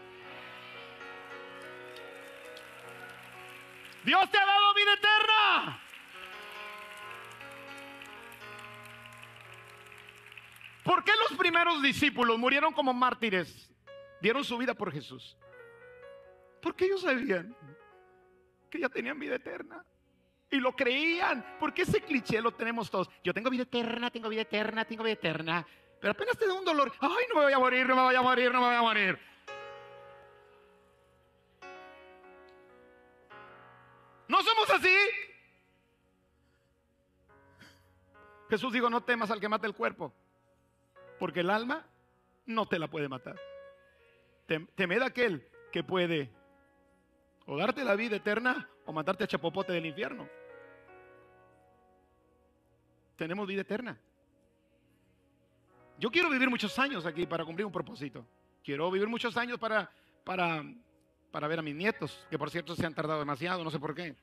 Dios te ha dado vida eterna. ¿Por qué los primeros discípulos murieron como mártires? Dieron su vida por Jesús. Porque ellos sabían que ya tenían vida eterna. Y lo creían. Porque ese cliché lo tenemos todos. Yo tengo vida eterna, tengo vida eterna, tengo vida eterna. Pero apenas te da un dolor. Ay, no me voy a morir, no me voy a morir, no me voy a morir. No somos así. Jesús dijo: no temas al que mata el cuerpo, porque el alma no te la puede matar. Temed a aquel que puede o darte la vida eterna o mandarte a chapopote del infierno. Tenemos vida eterna. Yo quiero vivir muchos años aquí para cumplir un propósito. Quiero vivir muchos años para ver a mis nietos, que por cierto se han tardado demasiado, no sé por qué.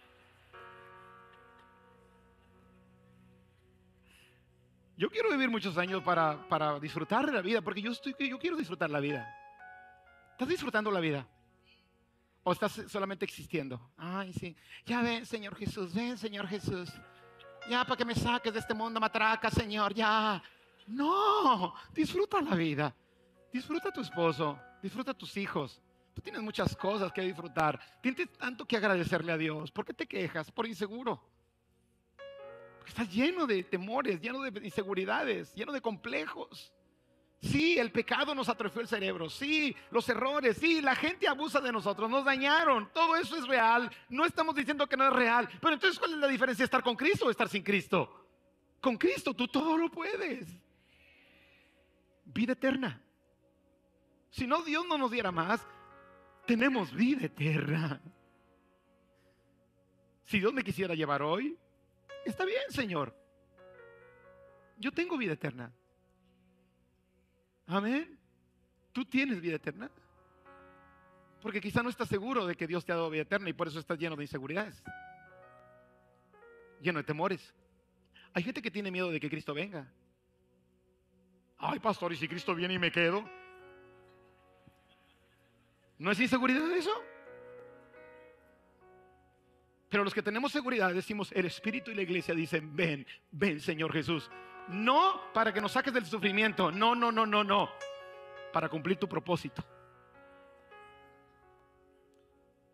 Yo quiero vivir muchos años para disfrutar de la vida, porque yo quiero disfrutar la vida. ¿Estás disfrutando la vida? ¿O estás solamente existiendo? Ay, sí. Ya ven, Señor Jesús, ven, Señor Jesús. Ya, para que me saques de este mundo matraca, Señor, ya. No, disfruta la vida. Disfruta a tu esposo, disfruta a tus hijos. Tú tienes muchas cosas que disfrutar. Tienes tanto que agradecerle a Dios. ¿Por qué te quejas? Por inseguro. Porque estás lleno de temores, lleno de inseguridades, lleno de complejos. Sí, el pecado nos atrofió el cerebro. Sí, los errores. Sí, la gente abusa de nosotros, nos dañaron. Todo eso es real. No estamos diciendo que no es real. Pero entonces, ¿cuál es la diferencia? ¿Estar con Cristo o estar sin Cristo? Con Cristo tú todo lo puedes. Vida eterna. Si no, Dios no nos diera más. Tenemos vida eterna. Si Dios me quisiera llevar hoy, está bien, Señor. Yo tengo vida eterna. Amén. ¿Tú tienes vida eterna? Porque quizá no estás seguro de que Dios te ha dado vida eterna y por eso estás lleno de inseguridades, lleno de temores. Hay gente que tiene miedo de que Cristo venga. Ay, pastor, ¿y si Cristo viene y me quedo? ¿No es inseguridad eso? Pero los que tenemos seguridad decimos: el Espíritu y la iglesia dicen: ven, ven, Señor Jesús. No para que nos saques del sufrimiento. No. Para cumplir tu propósito.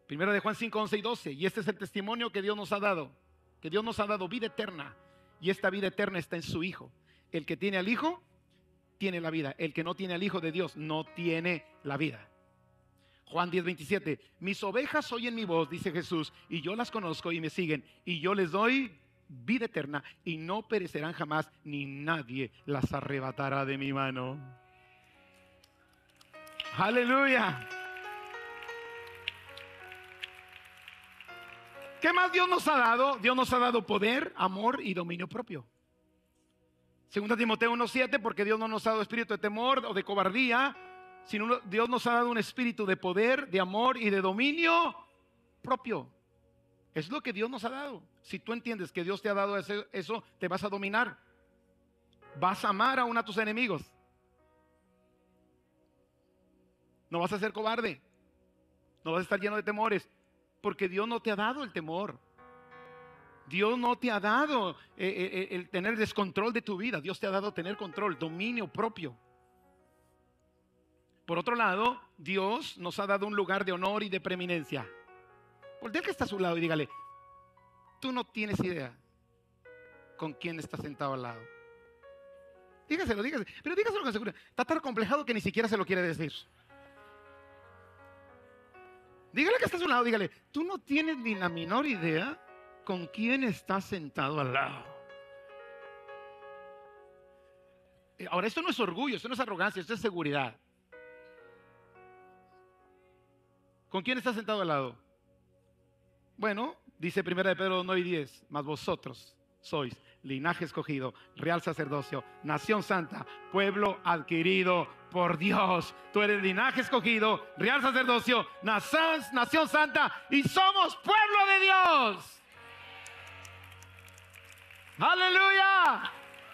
Primera de Juan 5, 11 y 12. Y este es el testimonio que Dios nos ha dado. Que Dios nos ha dado vida eterna. Y esta vida eterna está en su Hijo. El que tiene al Hijo, tiene la vida. El que no tiene al Hijo de Dios, no tiene la vida. Juan 10, 27. Mis ovejas oyen mi voz, dice Jesús, y yo las conozco y me siguen. Y yo les doy vida eterna y no perecerán jamás, ni nadie las arrebatará de mi mano. Aleluya. ¿Qué más Dios nos ha dado? Dios nos ha dado poder, amor y dominio propio. Segunda Timoteo 1:7, porque Dios no nos ha dado espíritu de temor o de cobardía, sino Dios nos ha dado un espíritu de poder, de amor y de dominio propio. Es lo que Dios nos ha dado. Si tú entiendes que Dios te ha dado eso, te vas a dominar. Vas a amar aún a tus enemigos. No vas a ser cobarde. No vas a estar lleno de temores. Porque Dios no te ha dado el temor. Dios no te ha dado el tener descontrol de tu vida. Dios te ha dado tener control, dominio propio. Por otro lado, Dios nos ha dado un lugar de honor y de preeminencia. Voltea al que está a su lado y dígale: tú no tienes idea con quién está sentado al lado. Dígaselo, pero dígaselo con seguridad. Está tan complejado que ni siquiera se lo quiere decir. Dígale que está a su lado, dígale: tú no tienes ni la menor idea con quién está sentado al lado. Ahora, esto no es orgullo, esto no es arrogancia, esto es seguridad. ¿Con quién está sentado al lado? Bueno, dice 1 de Pedro 9 y 10, mas vosotros sois linaje escogido, real sacerdocio, nación santa, pueblo adquirido por Dios. Tú eres linaje escogido, real sacerdocio, nación santa, y somos pueblo de Dios. ¡Aleluya!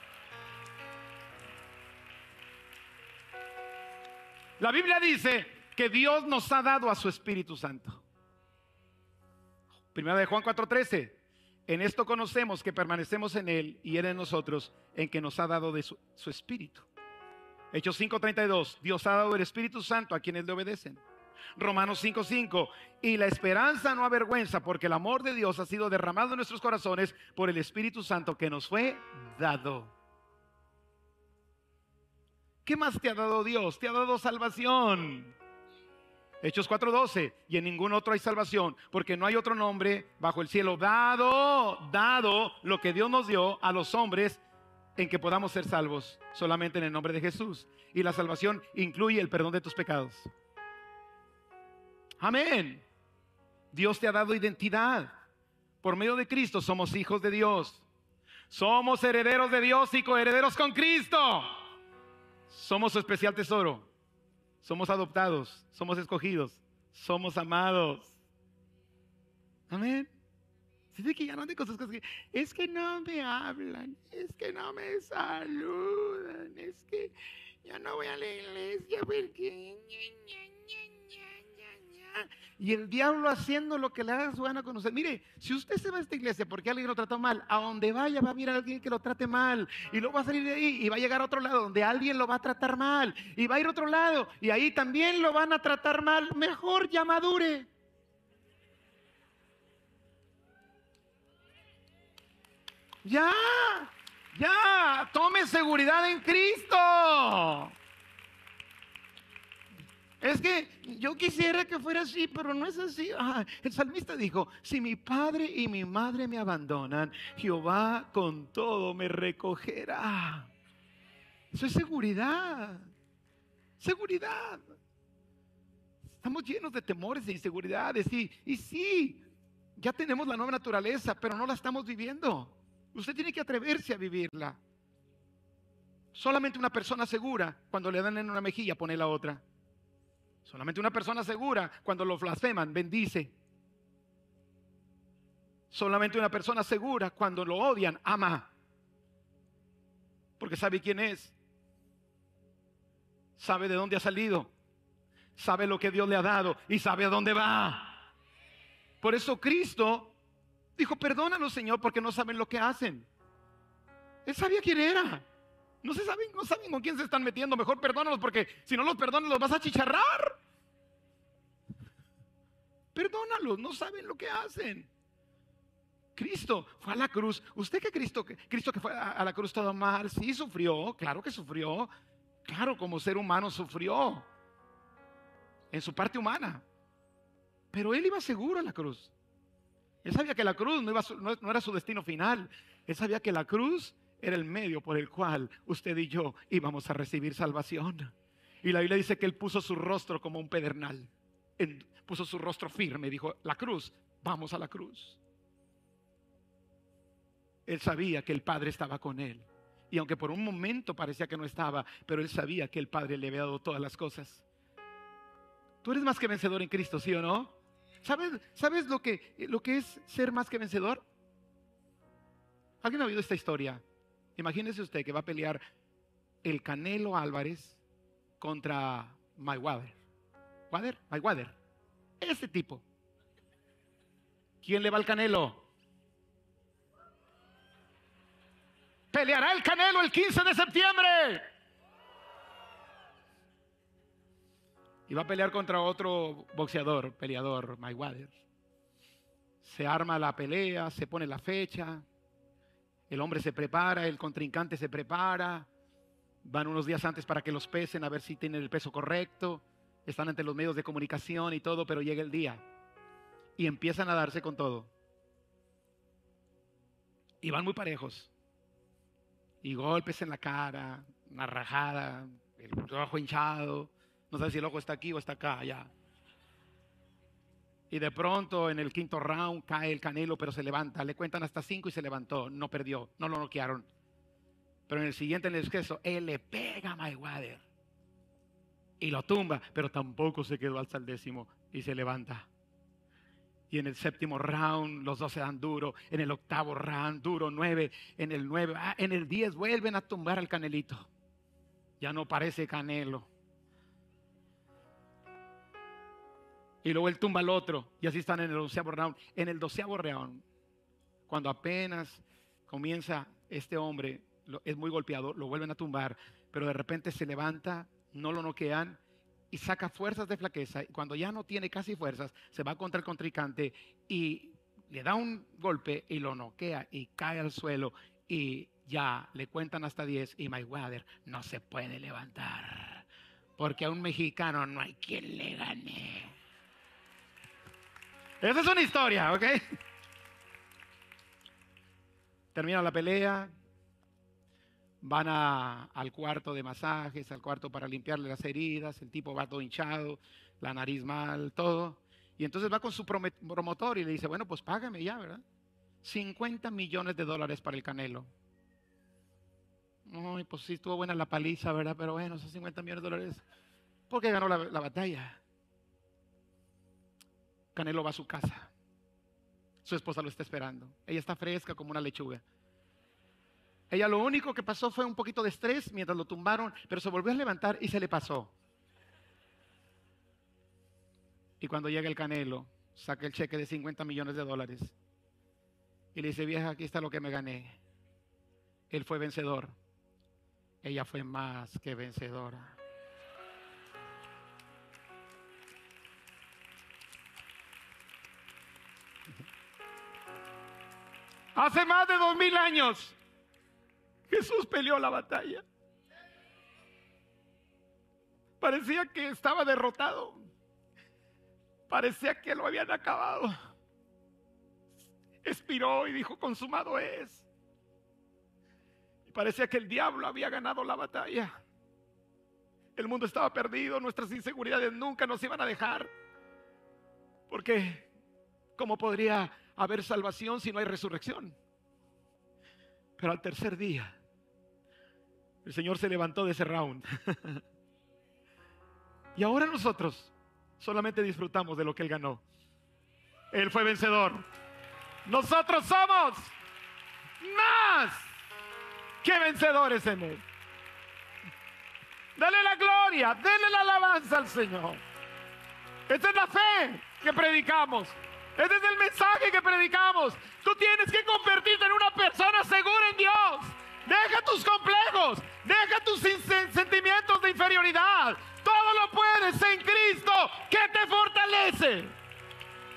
La Biblia dice que Dios nos ha dado a su Espíritu Santo. Primera de Juan 4:13. En esto conocemos que permanecemos en Él y Él en nosotros, en que nos ha dado de su Espíritu. Hechos 5:32. Dios ha dado el Espíritu Santo a quienes le obedecen. Romanos 5:5. Y la esperanza no avergüenza, porque el amor de Dios ha sido derramado en nuestros corazones por el Espíritu Santo que nos fue dado. ¿Qué más te ha dado Dios? Te ha dado salvación. Hechos 4:12. Y en ningún otro hay salvación, porque no hay otro nombre bajo el cielo dado lo que Dios nos dio a los hombres en que podamos ser salvos, solamente en el nombre de Jesús. Y la salvación incluye el perdón de tus pecados. Amén. Dios te ha dado identidad. Por medio de Cristo somos hijos de Dios. Somos herederos de Dios y coherederos con Cristo. Somos su especial tesoro. Somos adoptados, somos escogidos, somos amados. Amén. Dice que ya no ande con sus cosas. Es que no me hablan, es que no me saludan, es que ya no voy a la iglesia porque... Y el diablo haciendo lo que le haga su gana con usted. Mire, si usted se va a esta iglesia porque alguien lo trató mal, a donde vaya va a mirar a alguien que lo trate mal, y luego va a salir de ahí y va a llegar a otro lado donde alguien lo va a tratar mal, y va a ir a otro lado y ahí también lo van a tratar mal. Mejor ya madure. Ya, tome seguridad en Cristo. Es que yo quisiera que fuera así, pero no es así. El salmista dijo: si mi padre y mi madre me abandonan, Jehová con todo me recogerá. Eso es seguridad. Seguridad. Estamos llenos de temores e inseguridades. Y sí, ya tenemos la nueva naturaleza, pero no la estamos viviendo. Usted tiene que atreverse a vivirla. Solamente una persona segura, cuando le dan en una mejilla, pone la otra. Solamente una persona segura, cuando lo blasfeman, bendice. Solamente una persona segura, cuando lo odian, ama. Porque sabe quién es. Sabe de dónde ha salido. Sabe lo que Dios le ha dado y sabe a dónde va. Por eso Cristo dijo: perdónanos, Señor, porque no saben lo que hacen. Él sabía quién era. No saben con quién se están metiendo. Mejor perdónalos, porque si no los perdonas los vas a achicharrar. Perdónalos, no saben lo que hacen. Cristo fue a la cruz. ¿Usted que Cristo que fue a la cruz todo mal? Sí sufrió, claro que sufrió. Claro, como ser humano sufrió en su parte humana. Pero Él iba seguro a la cruz. Él sabía que la cruz no era su destino final. Él sabía que la cruz era el medio por el cual usted y yo íbamos a recibir salvación. Y la Biblia dice que Él puso su rostro como un pedernal. Puso su rostro firme y dijo, la cruz, vamos a la cruz. Él sabía que el Padre estaba con Él. Y aunque por un momento parecía que no estaba, pero Él sabía que el Padre le había dado todas las cosas. Tú eres más que vencedor en Cristo, ¿sí o no? ¿Sabes lo que es ser más que vencedor? ¿Alguien ha oído esta historia? Imagínese usted que va a pelear el Canelo Álvarez contra Mayweather. Mayweather. Ese tipo. ¿Quién le va al Canelo? Peleará el Canelo el 15 de septiembre. Y va a pelear contra otro peleador, Mayweather. Se arma la pelea, se pone la fecha. El hombre se prepara, el contrincante se prepara. Van unos días antes para que los pesen a ver si tienen el peso correcto. Están ante los medios de comunicación y todo, pero llega el día. Y empiezan a darse con todo. Y van muy parejos. Y golpes en la cara, una rajada, el ojo hinchado. No sé si el ojo está aquí o está acá, allá. Y de pronto en el quinto round cae el Canelo, pero se levanta. Le cuentan hasta 5 y se levantó. No perdió, no lo noquearon. Pero en el siguiente, en el exceso, él le pega a Mayweather. Y lo tumba, pero tampoco se quedó hasta el 10º y se levanta. Y en el 7º round los dos se dan duro. En el 8º round duro, 9. En el 9, en el 10 vuelven a tumbar al Canelito. Ya no parece Canelo. Y luego él tumba al otro. Y así están en el 11º round. En el 12º round, cuando apenas comienza este hombre, es muy golpeado, lo vuelven a tumbar. Pero de repente se levanta, no lo noquean y saca fuerzas de flaqueza. Y cuando ya no tiene casi fuerzas, se va contra el contrincante y le da un golpe y lo noquea y cae al suelo. Y ya le cuentan hasta 10 y Mayweather no se puede levantar. Porque a un mexicano no hay quien le gane. Esa es una historia, ¿ok? Termina la pelea. Van al cuarto de masajes, al cuarto para limpiarle las heridas. El tipo va todo hinchado, la nariz mal, todo. Y entonces va con su promotor y le dice, bueno, pues págame ya, ¿verdad? $50 millones para el Canelo. Ay, pues sí, estuvo buena la paliza, ¿verdad? Pero bueno, esos $50 millones, porque ganó la batalla. Canelo va a su casa. Su esposa lo está esperando. Ella está fresca como una lechuga. Ella lo único que pasó fue un poquito de estrés mientras lo tumbaron, pero se volvió a levantar y se le pasó. Y cuando llega el Canelo, saca el cheque de $50 millones y le dice, vieja, aquí está lo que me gané. Él fue vencedor. Ella fue más que vencedora. Hace más de 2000 años, Jesús peleó la batalla. Parecía que estaba derrotado. Parecía que lo habían acabado. Expiró y dijo, consumado es. Y parecía que el diablo había ganado la batalla. El mundo estaba perdido, nuestras inseguridades nunca nos iban a dejar. Porque, ¿cómo podría haber salvación si no hay resurrección? Pero al tercer día, el Señor se levantó de ese round. Y ahora nosotros solamente disfrutamos de lo que Él ganó. Él fue vencedor. Nosotros somos más que vencedores en Él. Dale la gloria, dale la alabanza al Señor. Esta es la fe que predicamos. Este es el mensaje que predicamos. Tú tienes que convertirte en una persona segura en Dios. Deja tus complejos, deja tus sentimientos de inferioridad. Todo lo puedes en Cristo que te fortalece.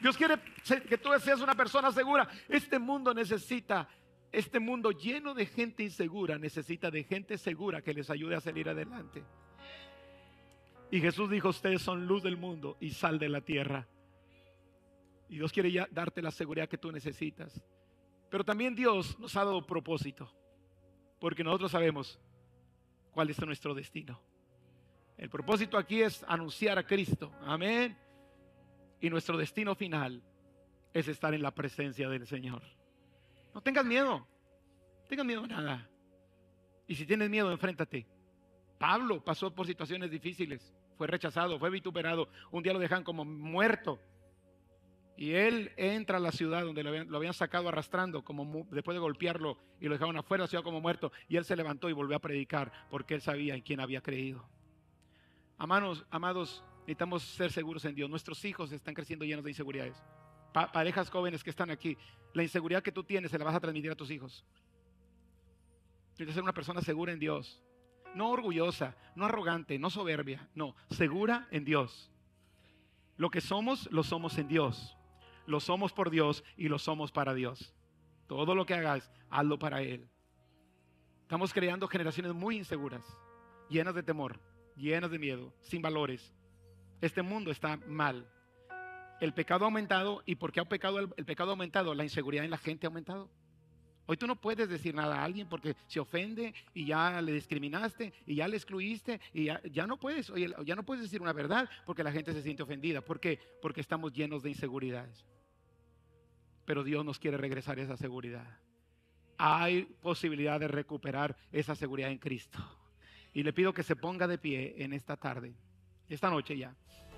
Dios quiere que tú seas una persona segura. Este mundo necesita, este mundo lleno de gente insegura, necesita de gente segura que les ayude a salir adelante. Y Jesús dijo, ustedes son luz del mundo y sal de la tierra. Y Dios quiere ya darte la seguridad que tú necesitas. Pero también Dios nos ha dado propósito, porque nosotros sabemos cuál es nuestro destino. El propósito aquí es anunciar a Cristo. Amén. Y nuestro destino final es estar en la presencia del Señor. No tengas miedo. No tengas miedo a nada. Y si tienes miedo, enfréntate. Pablo pasó por situaciones difíciles. Fue rechazado, fue vituperado. Un día lo dejan como muerto. Y él entra a la ciudad donde lo habían sacado arrastrando, después de golpearlo y lo dejaron afuera de la ciudad como muerto. Y él se levantó y volvió a predicar porque él sabía en quién había creído. Amados, necesitamos ser seguros en Dios. Nuestros hijos están creciendo llenos de inseguridades. Parejas jóvenes que están aquí, la inseguridad que tú tienes se la vas a transmitir a tus hijos. Tienes que ser una persona segura en Dios. No orgullosa, no arrogante, no soberbia. No, segura en Dios. Lo que somos, lo somos en Dios. Lo somos por Dios y lo somos para Dios. Todo lo que hagas, hazlo para Él. Estamos creando generaciones muy inseguras, llenas de temor, llenas de miedo, sin valores. Este mundo está mal. El pecado ha aumentado, y porque el pecado ha aumentado, la inseguridad en la gente ha aumentado. Hoy tú no puedes decir nada a alguien porque se ofende y ya le discriminaste y ya le excluiste y ya no puedes, oye, ya no puedes decir una verdad porque la gente se siente ofendida. ¿Por qué? Porque estamos llenos de inseguridades. Pero Dios nos quiere regresar esa seguridad. Hay posibilidad de recuperar esa seguridad en Cristo. Y le pido que se ponga de pie en esta tarde, esta noche ya.